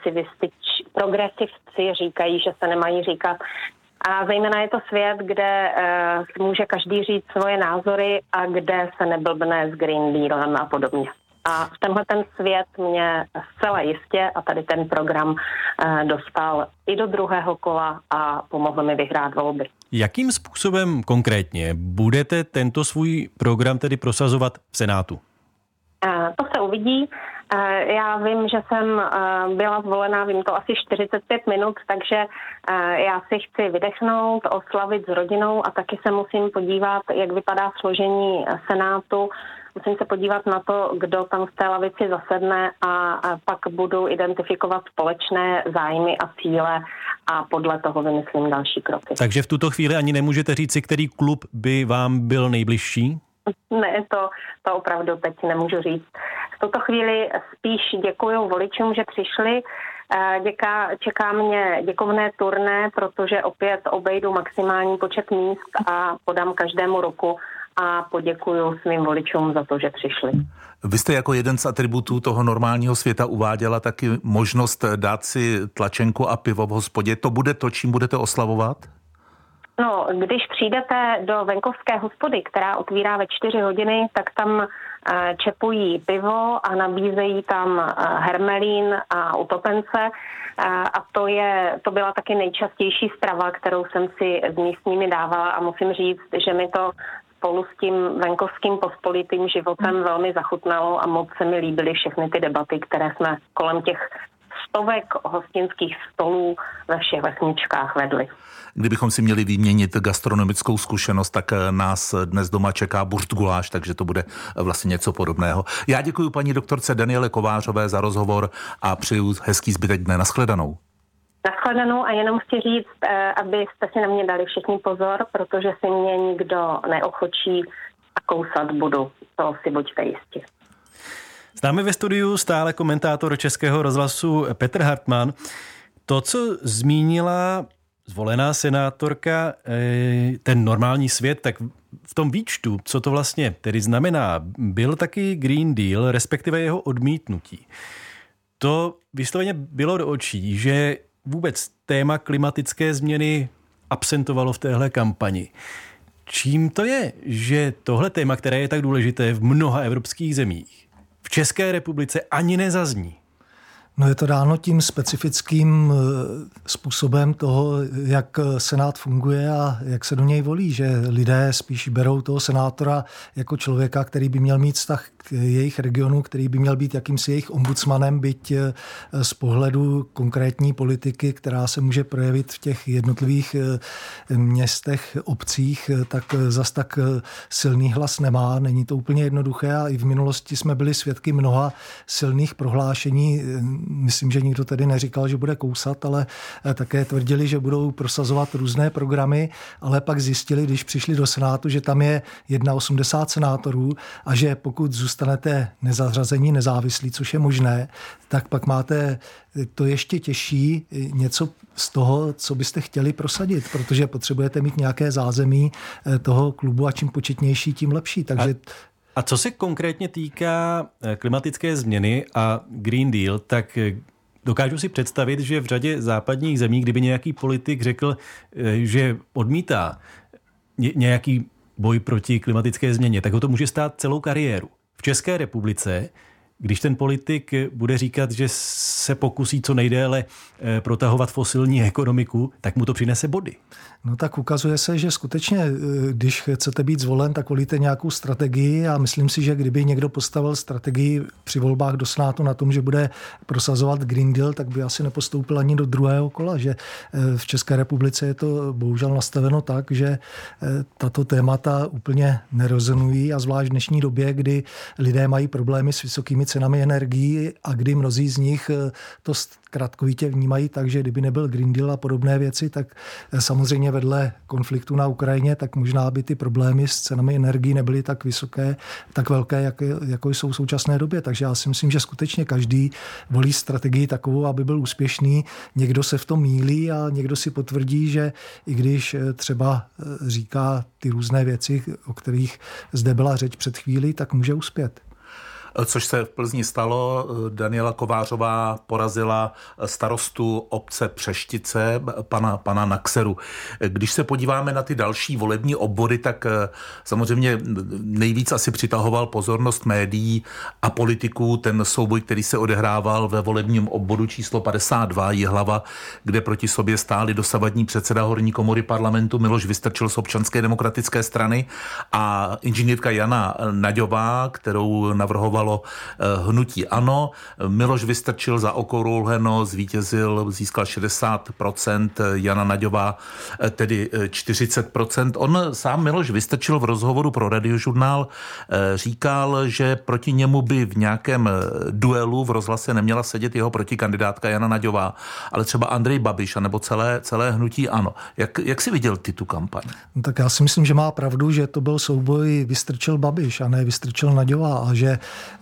progresivci říkají, že se nemají říkat. A zejména je to svět, kde může každý říct svoje názory a kde se neblbne s Green Dealem a podobně. A v tenhle ten svět mě zcela jistě a tady ten program dostal i do druhého kola a pomohl mi vyhrát volby. Jakým způsobem konkrétně budete tento svůj program tedy prosazovat v Senátu? To se uvidí. Já vím, že jsem byla zvolená, vím to asi 45 minut, takže já si chci vydechnout, oslavit s rodinou a taky se musím podívat, jak vypadá složení Senátu. Musím se podívat na to, kdo tam v té lavici zasedne a pak budu identifikovat společné zájmy a cíle a podle toho vymyslím další kroky. Takže v tuto chvíli ani nemůžete říci, který klub by vám byl nejbližší? Ne, to opravdu teď nemůžu říct. V tuto chvíli spíš děkuju voličům, že přišli. Čeká mě děkovné turné, protože opět obejdu maximální počet míst a podám každému ruku a poděkuju svým voličům za to, že přišli. Vy jste jako jeden z atributů toho normálního světa uváděla taky možnost dát si tlačenku a pivo v hospodě. To bude to, čím budete oslavovat? No, když přijdete do venkovské hospody, která otvírá ve 4 hodiny, tak tam čepují pivo a nabízejí tam hermelín a utopence. A to byla taky nejčastější strava, kterou jsem si s místními dávala a musím říct, že mi to spolu s tím venkovským pospolitým životem velmi zachutnalo a moc se mi líbily všechny ty debaty, které jsme kolem těch stovek hostinských stolů ve všech vesničkách vedli. Kdybychom si měli vyměnit gastronomickou zkušenost, tak nás dnes doma čeká burštguláš, takže to bude vlastně něco podobného. Já děkuji paní doktorce Daniele Kovářové za rozhovor a přeju hezký zbytek dne. Naschledanou. Naschledanou a jenom chci říct, abyste si na mě dali všichni pozor, protože si mě nikdo neochočí a kousat budu. To si buďte jistí. S námi ve studiu stále komentátor Českého rozhlasu Petr Hartmann. To, co zmínila zvolená senátorka, ten normální svět, tak v tom výčtu, co to vlastně tedy znamená, byl taky Green Deal, respektive jeho odmítnutí. To vysloveně bylo do očí, že vůbec téma klimatické změny absentovalo v téhle kampani. Čím to je, že tohle téma, které je tak důležité v mnoha evropských zemích, v České republice ani nezazní? No je to dáno tím specifickým způsobem toho, jak Senát funguje a jak se do něj volí, že lidé spíš berou toho senátora jako člověka, který by měl mít vztah k jejich regionu, který by měl být jakýmsi jejich ombudsmanem, byť z pohledu konkrétní politiky, která se může projevit v těch jednotlivých městech, obcích, tak zas tak silný hlas nemá. Není to úplně jednoduché a i v minulosti jsme byli svědky mnoha silných prohlášení. Myslím, že nikdo tedy neříkal, že bude kousat, ale také tvrdili, že budou prosazovat různé programy, ale pak zjistili, když přišli do Senátu, že tam je 81 senátorů a že pokud zůstanete nezařazení, nezávislí, což je možné, tak pak máte to ještě těžší něco z toho, co byste chtěli prosadit, protože potřebujete mít nějaké zázemí toho klubu a čím početnější, tím lepší. Takže a co se konkrétně týká klimatické změny a Green Deal, tak dokážu si představit, že v řadě západních zemí, kdyby nějaký politik řekl, že odmítá nějaký boj proti klimatické změně, tak ho to může stát celou kariéru. V České republice Když ten politik bude říkat, že se pokusí co nejdéle protahovat fosilní ekonomiku, tak mu to přinese body. No tak ukazuje se, že skutečně, když chcete být zvolen, tak volíte nějakou strategii a myslím si, že kdyby někdo postavil strategii při volbách do Senátu na tom, že bude prosazovat Green Deal, tak by asi nepostoupil ani do druhého kola, že v České republice je to bohužel nastaveno tak, že tato témata úplně nerezonují a zvlášť v dnešní době, kdy lidé mají problémy s vysokými cenami energií a kdy mnozí z nich to zkratkovitě vnímají tak, že kdyby nebyl Green Deal a podobné věci, tak samozřejmě vedle konfliktu na Ukrajině, tak možná by ty problémy s cenami energií nebyly tak vysoké, tak velké, jako jsou v současné době. Takže já si myslím, že skutečně každý volí strategii takovou, aby byl úspěšný. Někdo se v tom mýlí a někdo si potvrdí, že i když třeba říká ty různé věci, o kterých zde byla řeč před chvílí, tak může uspět. Což se v Plzni stalo. Daniela Kovářová porazila starostu obce Přeštice, pana Naxeru. Když se podíváme na ty další volební obvody, tak samozřejmě nejvíc asi přitahoval pozornost médií a politiků ten souboj, který se odehrával ve volebním obvodu číslo 52 Jihlava, kde proti sobě stáli dosavadní předseda horní komory parlamentu Miloš Vystrčil z Občanské demokratické strany a inženýrka Jana Naďová, kterou navrhoval hnutí ANO. Miloš Vystrčil za Okorouheno získal 60%, Jana Naďová tedy 40%. On sám Miloš Vystrčil v rozhovoru pro Radiožurnál říkal, že proti němu by v nějakém duelu v rozhlase neměla sedět jeho protikandidátka Jana Naďová, ale třeba Andrej Babiš anebo celé hnutí ANO. Jak jsi viděl ty tu kampaň? No tak já si myslím, že má pravdu, že to byl souboj Vystrčil Babiš a ne Vystrčil Naďová a že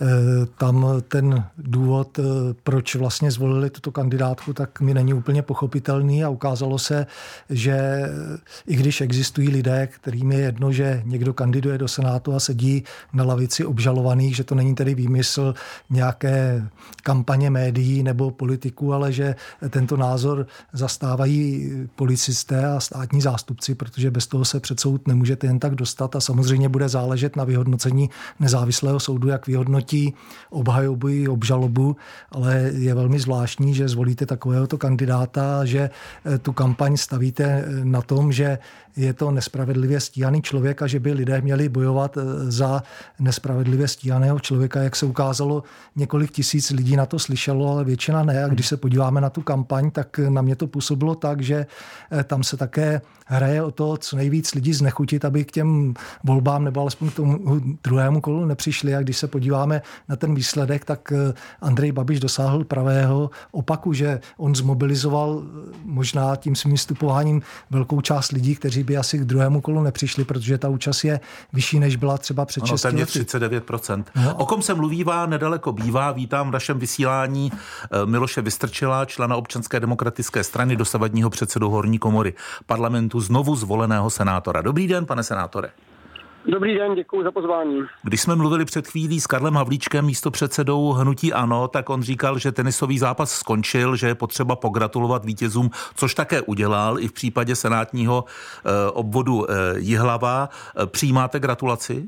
tam ten důvod, proč vlastně zvolili tuto kandidátku, tak mi není úplně pochopitelný a ukázalo se, že i když existují lidé, kterým je jedno, že někdo kandiduje do Senátu a sedí na lavici obžalovaných, že to není tedy výmysl nějaké kampaně médií nebo politiků, ale že tento názor zastávají policisté a státní zástupci, protože bez toho se před soud nemůžete jen tak dostat a samozřejmě bude záležet na vyhodnocení nezávislého soudu, jak vyhodnotí obhajobu i obžalobu, ale je velmi zvláštní, že zvolíte takovéhoto kandidáta, že tu kampaň stavíte na tom, že je to nespravedlivě stíhaný člověk a že by lidé měli bojovat za nespravedlivě stíhaného člověka. Jak se ukázalo, několik tisíc lidí na to slyšelo, ale většina ne. A když se podíváme na tu kampaň, tak na mě to působilo tak, že tam se také hraje o to, co nejvíc lidí znechutit, aby k těm volbám nebo alespoň k tomu druhému kolu nepřišli. A když se podíváme na ten výsledek, tak Andrej Babiš dosáhl pravého opaku, že on zmobilizoval možná tím svým vystupováním velkou část lidí, kteří by asi k druhému kolu nepřišli, protože ta účast je vyšší, než byla třeba před 6 lety. 39%. No. O kom se mluvívá, nedaleko bývá. Vítám v našem vysílání Miloše Vystrčila, člena Občanské demokratické strany, dosavadního předsedu horní komory parlamentu, znovu zvoleného senátora. Dobrý den, pane senátore. Dobrý den, děkuji za pozvání. Když jsme mluvili před chvílí s Karlem Havlíčkem, místopředsedou hnutí ANO, tak on říkal, že tenisový zápas skončil, že je potřeba pogratulovat vítězům, což také udělal i v případě senátního obvodu Jihlava. Přijímáte gratulaci?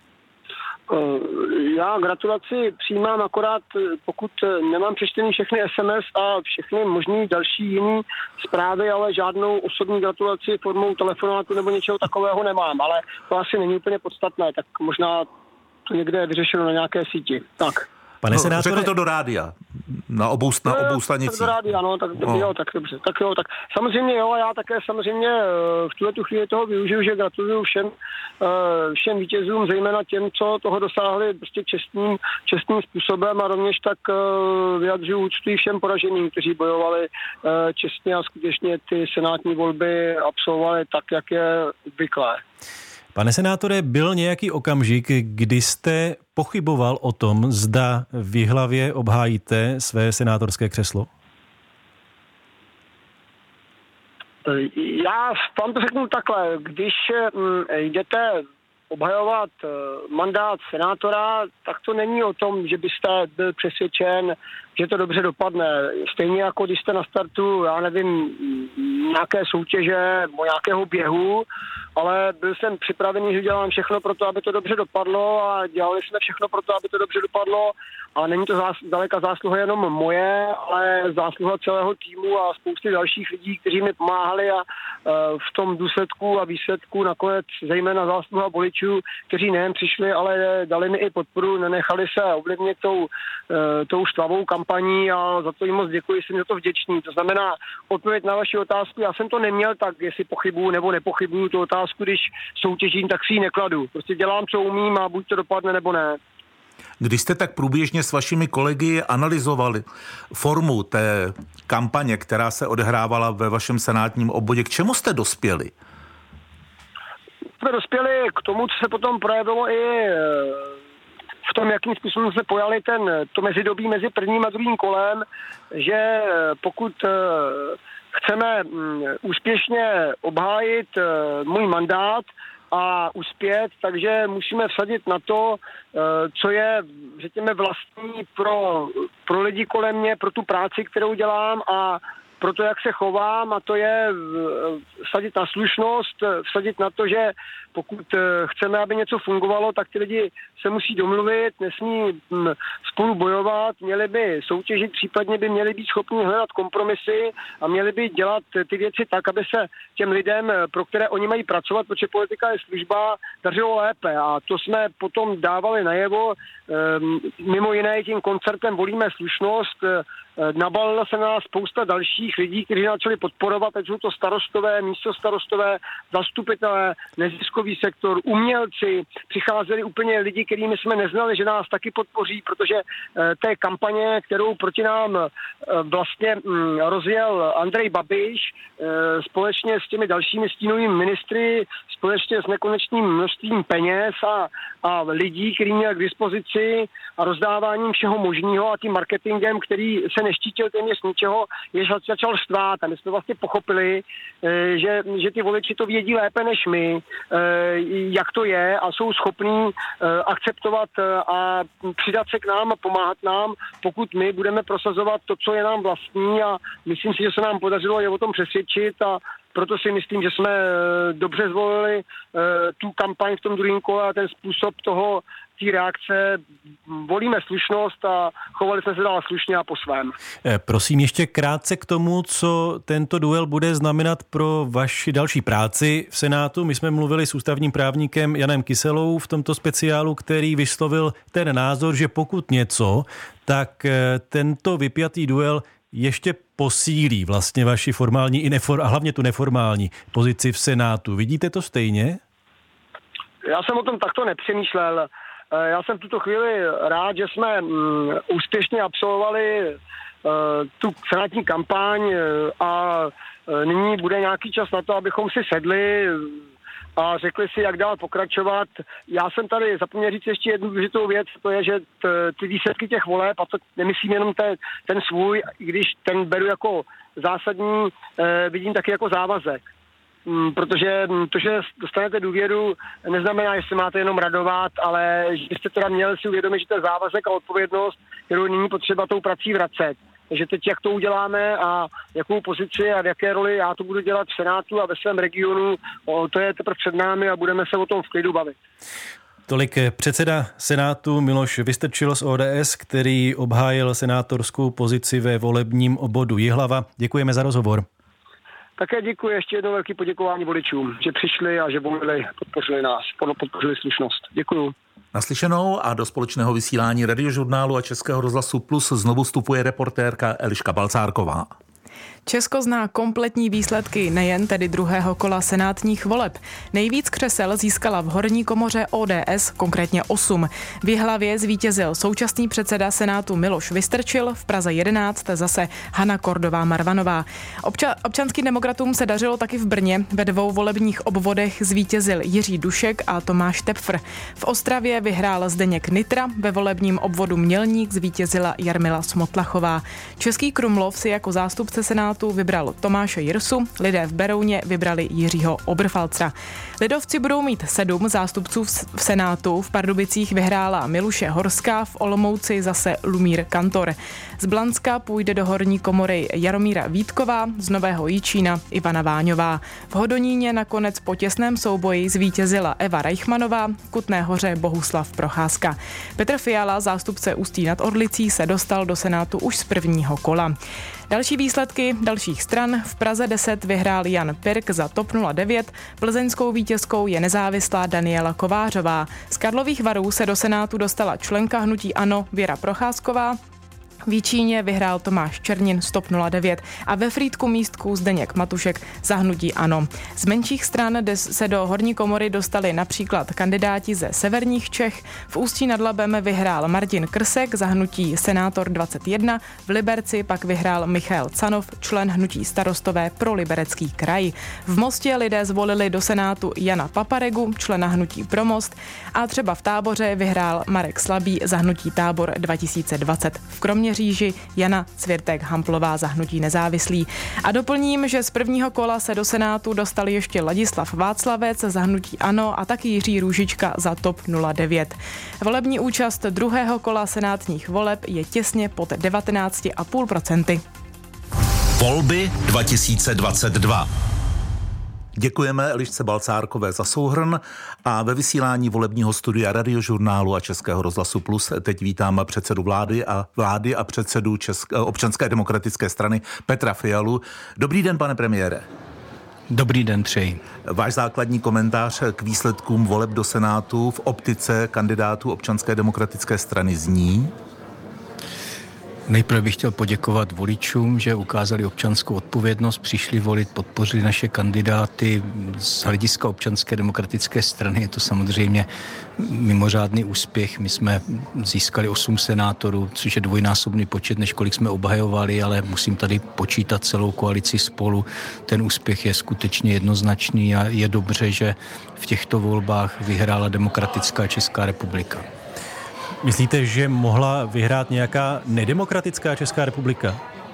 Já gratulaci přijímám, akorát pokud nemám přečtený všechny SMS a všechny možný další jiný zprávy, ale žádnou osobní gratulaci formou telefonátu nebo něčeho takového nemám, ale to asi není úplně podstatné, tak možná to někde je vyřešeno na nějaké síti. Tak. Pane senátore... Řekl to do rádia, na obou stanicích. Tak do rádia, no, tak jo, tak dobře. Tak samozřejmě jo, a já také samozřejmě v tuhletu chvíli toho využiju, že gratuluju všem vítězům, zejména těm, co toho dosáhli prostě čestným způsobem a rovněž tak vyjadřuju úctu všem poraženým, kteří bojovali čestně a skutečně ty senátní volby absolvovali tak, jak je obvyklé. Pane senátore, byl nějaký okamžik, kdy jste pochyboval o tom, zda v Jihlavě obhájíte své senátorské křeslo? Já vám to řeknu takhle. Když jdete obhajovat mandát senátora, tak to není o tom, že byste byl přesvědčen, že to dobře dopadne. Stejně jako když jste na startu, já nevím, nějaké soutěže nebo nějakého běhu, ale byl jsem připravený, že dělám všechno pro to, aby to dobře dopadlo a dělali jsme všechno pro to, aby to dobře dopadlo a není to daleka zásluha jenom moje, ale zásluha celého týmu a spousty dalších lidí, kteří mi pomáhali a v tom důsledku a výsledku nakonec zejména zásluha voličů, kteří nejen přišli, ale dali mi i podporu, nenechali se ovlivnit tou štvavou kampaní a za to jim moc děkuji, jsem za to vděčný. To znamená, odpověď na vaši otázku, já jsem to neměl tak, jestli pochybuju nebo nepochybuju tu otázku, když soutěžím, tak si ji nekladu. Prostě dělám, co umím a buď to dopadne, nebo ne. Když jste tak průběžně s vašimi kolegy analyzovali formu té kampaně, která se odehrávala ve vašem senátním obvodě, k čemu jste dospěli? Jsme dospěli k tomu, co se potom projevilo i v tom, jakým způsobem se pojali to mezidobí mezi prvním a druhým kolem, že pokud chceme úspěšně obhájit můj mandát a uspět, takže musíme vsadit na to, co je, řekněme, vlastní pro lidi kolem mě, pro tu práci, kterou dělám a pro to, jak se chovám, a to je vsadit na slušnost, vsadit na to, že pokud chceme, aby něco fungovalo, tak ty lidi se musí domluvit, nesmí spolu bojovat, měli by soutěžit, případně by měli být schopni hledat kompromisy a měli by dělat ty věci tak, aby se těm lidem, pro které oni mají pracovat, protože politika je služba, dařilo lépe. A to jsme potom dávali najevo. Mimo jiné tím koncertem Volíme slušnost. Nabalila se na nás spousta dalších lidí, kteří začali podporovat, ať jsou to starostové, místostarostové, zastupitelé, neziskový sektor, umělci. Přicházeli úplně lidi, kterými jsme neznali, že nás taky podpoří, protože té kampaně, kterou proti nám vlastně rozjel Andrej Babiš společně s těmi dalšími stínovými ministry, společně s nekonečným množstvím peněz a lidí, který měl k dispozici a rozdáváním všeho možného a tím marketingem, který se neštítil téměř ničeho, jež začal štvát. A my jsme vlastně pochopili, že ty voliči to vědí lépe než my, jak to je a jsou schopní akceptovat a přidat se k nám a pomáhat nám, pokud my budeme prosazovat to, co je nám vlastní a myslím si, že se nám podařilo je o tom přesvědčit a proto si myslím, že jsme dobře zvolili tu kampaň v tom druhém kole a ten způsob té reakce. Volíme slušnost a chovali jsme se dál slušně a po svém. Prosím ještě krátce k tomu, co tento duel bude znamenat pro vaši další práci v Senátu. My jsme mluvili s ústavním právníkem Janem Kyselou v tomto speciálu, který vyslovil ten názor, že pokud něco, tak tento vypjatý duel ještě posílí vlastně vaši formální a hlavně tu neformální pozici v Senátu. Vidíte to stejně? Já jsem o tom takto nepřemýšlel. Já jsem v tuto chvíli rád, že jsme úspěšně absolvovali tu senátní kampaň a nyní bude nějaký čas na to, abychom si sedli a řekli si, jak dál pokračovat. Já jsem tady zapomněl říct ještě jednu důležitou věc, to je, že ty výsledky těch voleb, a to nemyslím jenom ten svůj, i když ten beru jako zásadní, vidím taky jako závazek. Protože to, že dostanete důvěru, neznamená, že se máte jenom radovat, ale že jste teda měli si uvědomit, že to je závazek a odpovědnost, kterou není potřeba tou prací vracet. Takže teď, jak to uděláme a jakou pozici a v jaké roli já to budu dělat v Senátu a ve svém regionu, to je teprve před námi a budeme se o tom v klidu bavit. Tolik předseda Senátu Miloš Vystrčil z ODS, který obhájil senátorskou pozici ve volebním obvodu Jihlava. Děkujeme za rozhovor. Také děkuji, ještě jednou velké poděkování voličům, že přišli a že volili, podpořili nás, podpořili slušnost. Děkuju. Naslyšenou a do společného vysílání Radiožurnálu a Českého rozhlasu Plus znovu vstupuje reportérka Eliška Balcárková. Česko zná kompletní výsledky nejen tedy druhého kola senátních voleb. Nejvíc křesel získala v horní komoře ODS, konkrétně 8. V Jihlavě zvítězil současný předseda Senátu Miloš Vystrčil, v Praze 11 zase Hana Kordová Marvanová. Občanským demokratům se dařilo taky v Brně. Ve 2 volebních obvodech zvítězil Jiří Dušek a Tomáš Tepfr. V Ostravě vyhrál Zdeněk Nytra, ve volebním obvodu Mělník zvítězila Jarmila Smotlachová. Český Krumlov si jako zástupce Senátu vybral Tomáše Jirsu, lidé v Berouně vybrali Jiřího Oberfalzera. Lidovci budou mít 7 zástupců v Senátu, v Pardubicích vyhrála Miluše Horská, v Olomouci zase Lumír Kantor. Z Blanska půjde do horní komory Jaromíra Vítková, z Nového Jičína Ivana Váňová. V Hodoníně nakonec po těsném souboji zvítězila Eva Reichmanová, v Kutné Hoře Bohuslav Procházka. Petr Fiala, zástupce Ústí nad Orlicí, se dostal do Senátu už z prvního kola. Další výsledky dalších stran. V Praze 10 vyhrál Jan Pirk za TOP 09, plzeňskou vítězkou je nezávislá Daniela Kovářová. Z Karlových Varů se do Senátu dostala členka hnutí ANO Věra Procházková, v Jičíně vyhrál Tomáš Černin z TOP 09 a ve Frýdku místku Zdeněk Matušek za hnutí ANO. Z menších stran se do horní komory dostali například kandidáti ze severních Čech. V Ústí nad Labem vyhrál Martin Krsek za hnutí Senátor 21, v Liberci pak vyhrál Michal Canov, člen hnutí Starostové pro Liberecký kraj. V Mostě lidé zvolili do Senátu Jana Paparegu, člena hnutí Pro Most, a třeba v Táboře vyhrál Marek Slabý za hnutí Tábor 2020. V Kroměříži Jana Cvirtek-Hamplová za hnutí Nezávislý. A doplním, že z prvního kola se do Senátu dostal ještě Ladislav Václavec za hnutí ANO a taky Jiří Růžička za TOP 09. Volební účast druhého kola senátních voleb je těsně pod 19,5%. Volby 2022. Děkujeme Elišce Balcárkové za souhrn a ve vysílání volebního studia Radiožurnálu a Českého rozhlasu Plus teď vítám předsedu vlády a předsedu Občanské demokratické strany Petra Fialu. Dobrý den, pane premiére. Dobrý den, přeji. Váš základní komentář k výsledkům voleb do Senátu v optice kandidátů Občanské demokratické strany zní? Nejprve bych chtěl poděkovat voličům, že ukázali občanskou odpovědnost, přišli volit, podpořili naše kandidáty. Z hlediska Občanské demokratické strany je to samozřejmě mimořádný úspěch. My jsme získali 8 senátorů, což je dvojnásobný počet, než kolik jsme obhajovali, ale musím tady počítat celou koalici Spolu. Ten úspěch je skutečně jednoznačný a je dobře, že v těchto volbách vyhrála demokratická Česká republika. Myslíte, že mohla vyhrát nějaká nedemokratická Česká republika?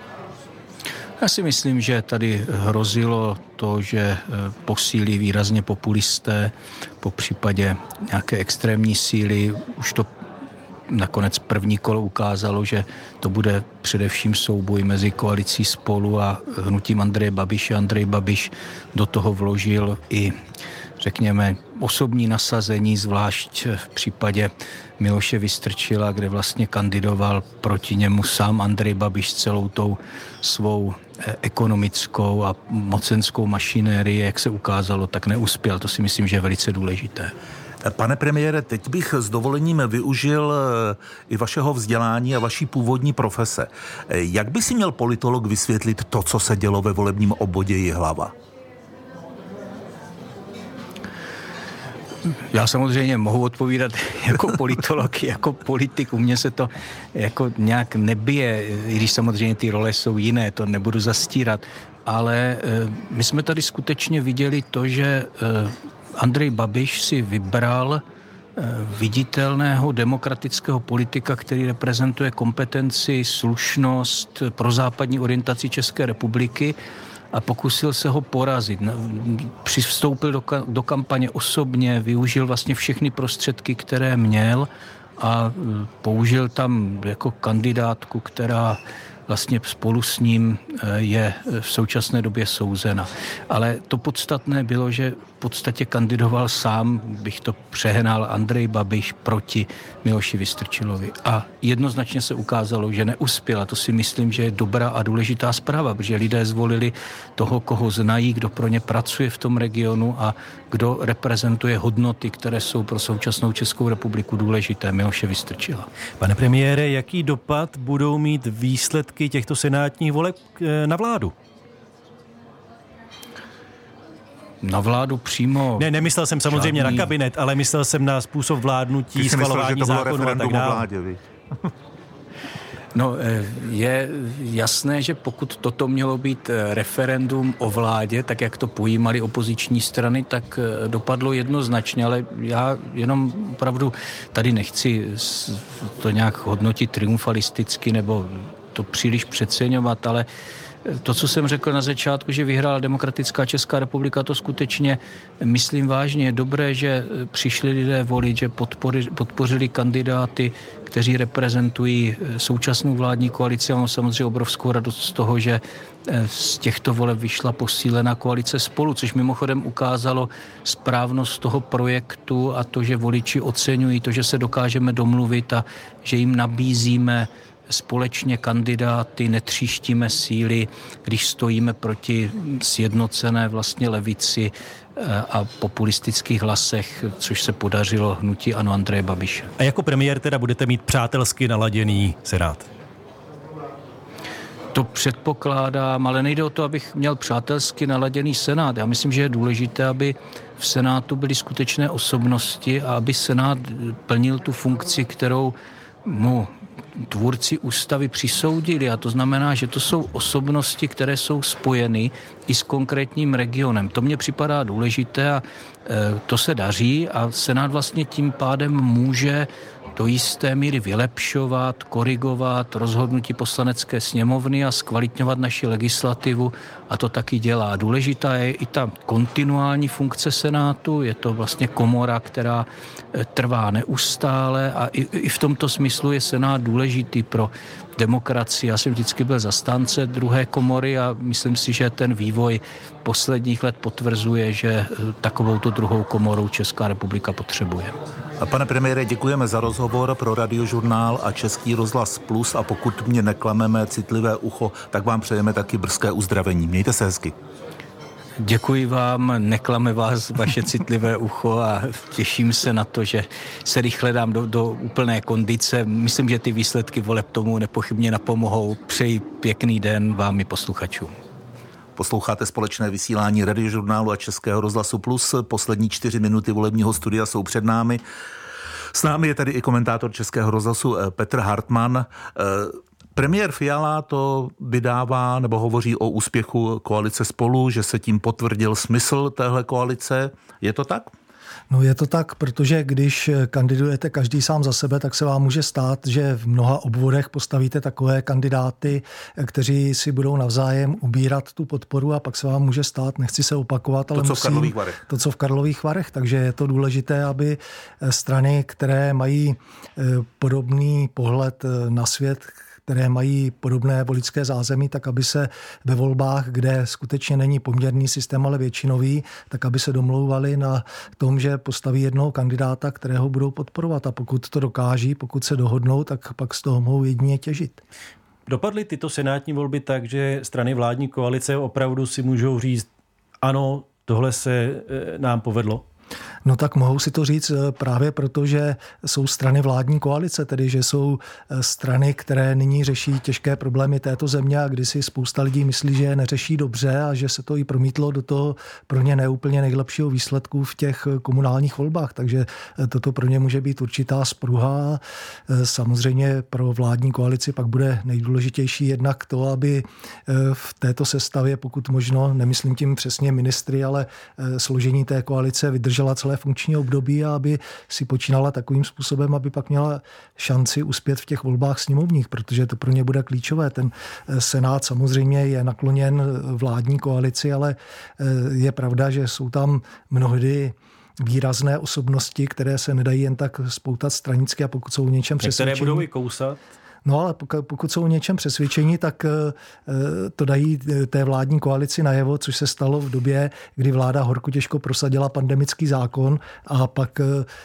Já si myslím, že tady hrozilo to, že posílí výrazně populisté, po případě nějaké extrémní síly. Už to nakonec první kolo ukázalo, že to bude především souboj mezi koalicí Spolu a hnutím Andreje Babiše. Andrej Babiš do toho vložil i, řekněme, osobní nasazení, zvlášť v případě Miloše Vystrčila, kde vlastně kandidoval proti němu sám Andrej Babiš celou tou svou ekonomickou a mocenskou mašinérii, jak se ukázalo, tak neuspěl. To si myslím, že je velice důležité. Pane premiére, teď bych s dovolením využil i vašeho vzdělání a vaší původní profese. Jak by si měl politolog vysvětlit to, co se dělo ve volebním obvodě Jihlava? Já samozřejmě mohu odpovídat jako politolog, jako politik. U mě se to jako nějak nebije, i když samozřejmě ty role jsou jiné, to nebudu zastírat. Ale my jsme tady skutečně viděli to, že Andrej Babiš si vybral viditelného demokratického politika, který reprezentuje kompetenci, slušnost, prozápadní orientaci České republiky a pokusil se ho porazit. Vstoupil do kampaně osobně, využil vlastně všechny prostředky, které měl a použil tam jako kandidátku, která vlastně spolu s ním je v současné době souzena. Ale to podstatné bylo, že v podstatě kandidoval sám, bych to přehnal, Andrej Babiš proti Miloši Vystrčilovi. A jednoznačně se ukázalo, že neuspěl. A to si myslím, že je dobrá a důležitá zpráva, protože lidé zvolili toho, koho znají, kdo pro ně pracuje v tom regionu a kdo reprezentuje hodnoty, které jsou pro současnou Českou republiku důležité, Miloše Vystrčila. Pane premiére, jaký dopad budou mít výsledky těchto senátních voleb na vládu? Na vládu přímo... Ne, nemyslel jsem samozřejmě na kabinet, ale myslel jsem na způsob vládnutí, schvalování zákonů a tak dále. No, je jasné, že pokud toto mělo být referendum o vládě, tak jak to pojímali opoziční strany, tak dopadlo jednoznačně, ale já jenom opravdu tady nechci to nějak hodnotit triumfalisticky nebo to příliš přeceňovat, ale to, co jsem řekl na začátku, že vyhrála Demokratická Česká republika, to skutečně myslím vážně. Je dobré, že přišli lidé volit, že podpořili kandidáty, kteří reprezentují současnou vládní koalici. A mám samozřejmě obrovskou radost z toho, že z těchto voleb vyšla posílená koalice Spolu, což mimochodem ukázalo správnost toho projektu a to, že voliči oceňují, to, že se dokážeme domluvit a že jim nabízíme společně kandidáty, netříštíme síly, když stojíme proti sjednocené vlastně levici a populistických hlasech, což se podařilo hnutí ANO Andreje Babiše. A jako premiér teda budete mít přátelsky naladěný Senát? To předpokládám, ale nejde o to, abych měl přátelsky naladěný Senát. Já myslím, že je důležité, aby v Senátu byly skutečné osobnosti a aby Senát plnil tu funkci, kterou mu tvůrci ústavy přisoudili. A to znamená, že to jsou osobnosti, které jsou spojeny i s konkrétním regionem. To mně připadá důležité a to se daří a Senát vlastně tím pádem může do jisté míry vylepšovat, korigovat rozhodnutí Poslanecké sněmovny a zkvalitňovat naši legislativu a to taky dělá. Důležitá je i ta kontinuální funkce Senátu, je to vlastně komora, která trvá neustále a i v tomto smyslu je Senát důležitý pro demokracii. Já jsem vždycky byl zastánce druhé komory a myslím si, že ten vývoj posledních let potvrzuje, že takovouto druhou komorou Česká republika potřebuje. A pane premiére, děkujeme za rozhovor pro Radiožurnál a Český rozhlas Plus a pokud mě neklameme citlivé ucho, tak vám přejeme taky brzké uzdravení. Mějte se hezky. Děkuji vám, neklame vás vaše citlivé ucho a těším se na to, že se rychle dám do úplné kondice. Myslím, že ty výsledky voleb tomu nepochybně napomohou. Přeji pěkný den vám i posluchačům. Posloucháte společné vysílání Radiožurnálu a Českého rozhlasu Plus. Poslední 4 minuty volebního studia jsou před námi. S námi je tady i komentátor Českého rozhlasu Petr Hartmann. Premiér Fiala to vydává nebo hovoří o úspěchu koalice Spolu, že se tím potvrdil smysl téhle koalice. Je to tak? No je to tak, protože když kandidujete každý sám za sebe, tak se vám může stát, že v mnoha obvodech postavíte takové kandidáty, kteří si budou navzájem ubírat tu podporu a pak se vám může stát, nechci se opakovat, ale to, co v Karlových Varech. Takže je to důležité, aby strany, které mají podobný pohled na svět, které mají podobné voličské zázemí, tak aby se ve volbách, kde skutečně není poměrný systém, ale většinový, tak aby se domlouvali na tom, že postaví jednoho kandidáta, kterého budou podporovat. A pokud to dokáží, pokud se dohodnou, tak pak z toho mohou jedině těžit. Dopadly tyto senátní volby tak, že strany vládní koalice opravdu si můžou říct, ano, tohle se nám povedlo? No tak mohou si to říct právě proto, že jsou strany vládní koalice, tedy že jsou strany, které nyní řeší těžké problémy této země a kdy si spousta lidí myslí, že je neřeší dobře a že se to i promítlo do toho pro ně neúplně nejlepšího výsledku v těch komunálních volbách. Takže toto pro ně může být určitá spruha. Samozřejmě pro vládní koalici pak bude nejdůležitější jednak to, aby v této sestavě, pokud možno, nemyslím tím přesně ministry, ale složení té koalice vydržela celé funkční období a aby si počínala takovým způsobem, aby pak měla šanci uspět v těch volbách sněmovních, protože to pro ně bude klíčové. Ten Senát samozřejmě je nakloněn vládní koalici, ale je pravda, že jsou tam mnohdy výrazné osobnosti, které se nedají jen tak spoutat stranicky a pokud jsou o něčem přesvědčení. Které budou i kousat? No ale pokud jsou o něčem přesvědčení, tak to dají té vládní koalici najevo, což se stalo v době, kdy vláda horko těžko prosadila pandemický zákon a pak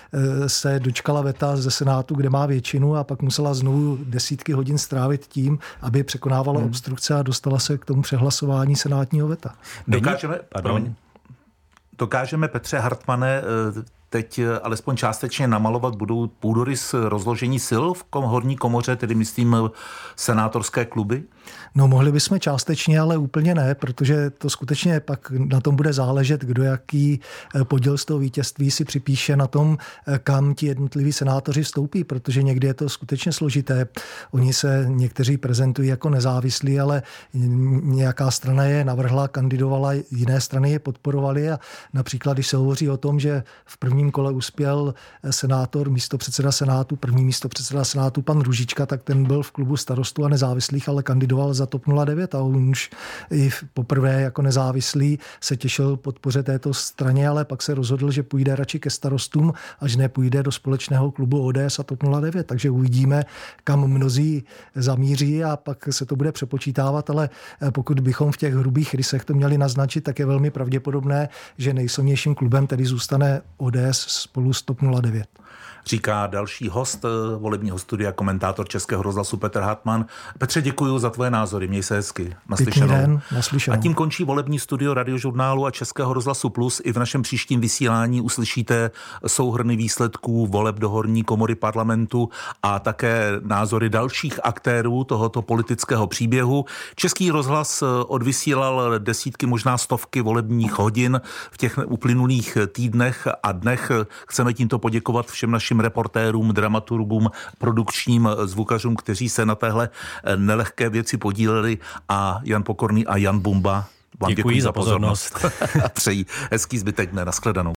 se dočkala veta ze Senátu, kde má většinu a pak musela znovu desítky hodin strávit tím, aby překonávala obstrukce a dostala se k tomu přehlasování senátního veta. Dokážeme, Petře Hartmane, teď alespoň částečně namalovat budou půdorys rozložení sil v horní komoře, tedy myslím senátorské kluby? No mohli bychom částečně, ale úplně ne, protože to skutečně pak na tom bude záležet, kdo jaký podíl z toho vítězství si připíše na tom, kam ti jednotliví senátoři vstoupí, protože někdy je to skutečně složité. Oni se někteří prezentují jako nezávislí, ale nějaká strana je navrhla, kandidovala, jiné strany je podporovaly a například, když se hovoří o tom, že v prvním prvním kole uspěl senátor, místopředseda Senátu, první místopředseda Senátu, pan Růžička, tak ten byl v klubu Starostů a nezávislých, ale kandidoval za TOP 09 a on už i poprvé jako nezávislý se těšil podpoře této straně, ale pak se rozhodl, že půjde radši ke Starostům, až nepůjde do společného klubu ODS a TOP 09. Takže uvidíme, kam mnozí zamíří a pak se to bude přepočítávat, ale pokud bychom v těch hrubých rysech to měli naznačit, tak je velmi pravděpodobné, že nejsilnějším klubem tedy zůstane ODS spolu s TOP 09. Říká další host volebního studia, komentátor Českého rozhlasu Petr Hartmann. Petře, děkuji za tvoje názory, měj se hezky. Naslyšenou. A tím končí volební studio Radiožurnálu a Českého rozhlasu Plus. I v našem příštím vysílání uslyšíte souhrny výsledků voleb do horní komory parlamentu a také názory dalších aktérů tohoto politického příběhu. Český rozhlas odvysílal desítky, možná stovky volebních hodin v těch uplynulých týdnech a dnech. Chceme tímto poděkovat všem našim reportérům, dramaturgům, produkčním zvukařům, kteří se na téhle nelehké věci podíleli, a Jan Pokorný a Jan Bumba vám děkuji za pozornost. Přeji hezký zbytek dne, nashledanou.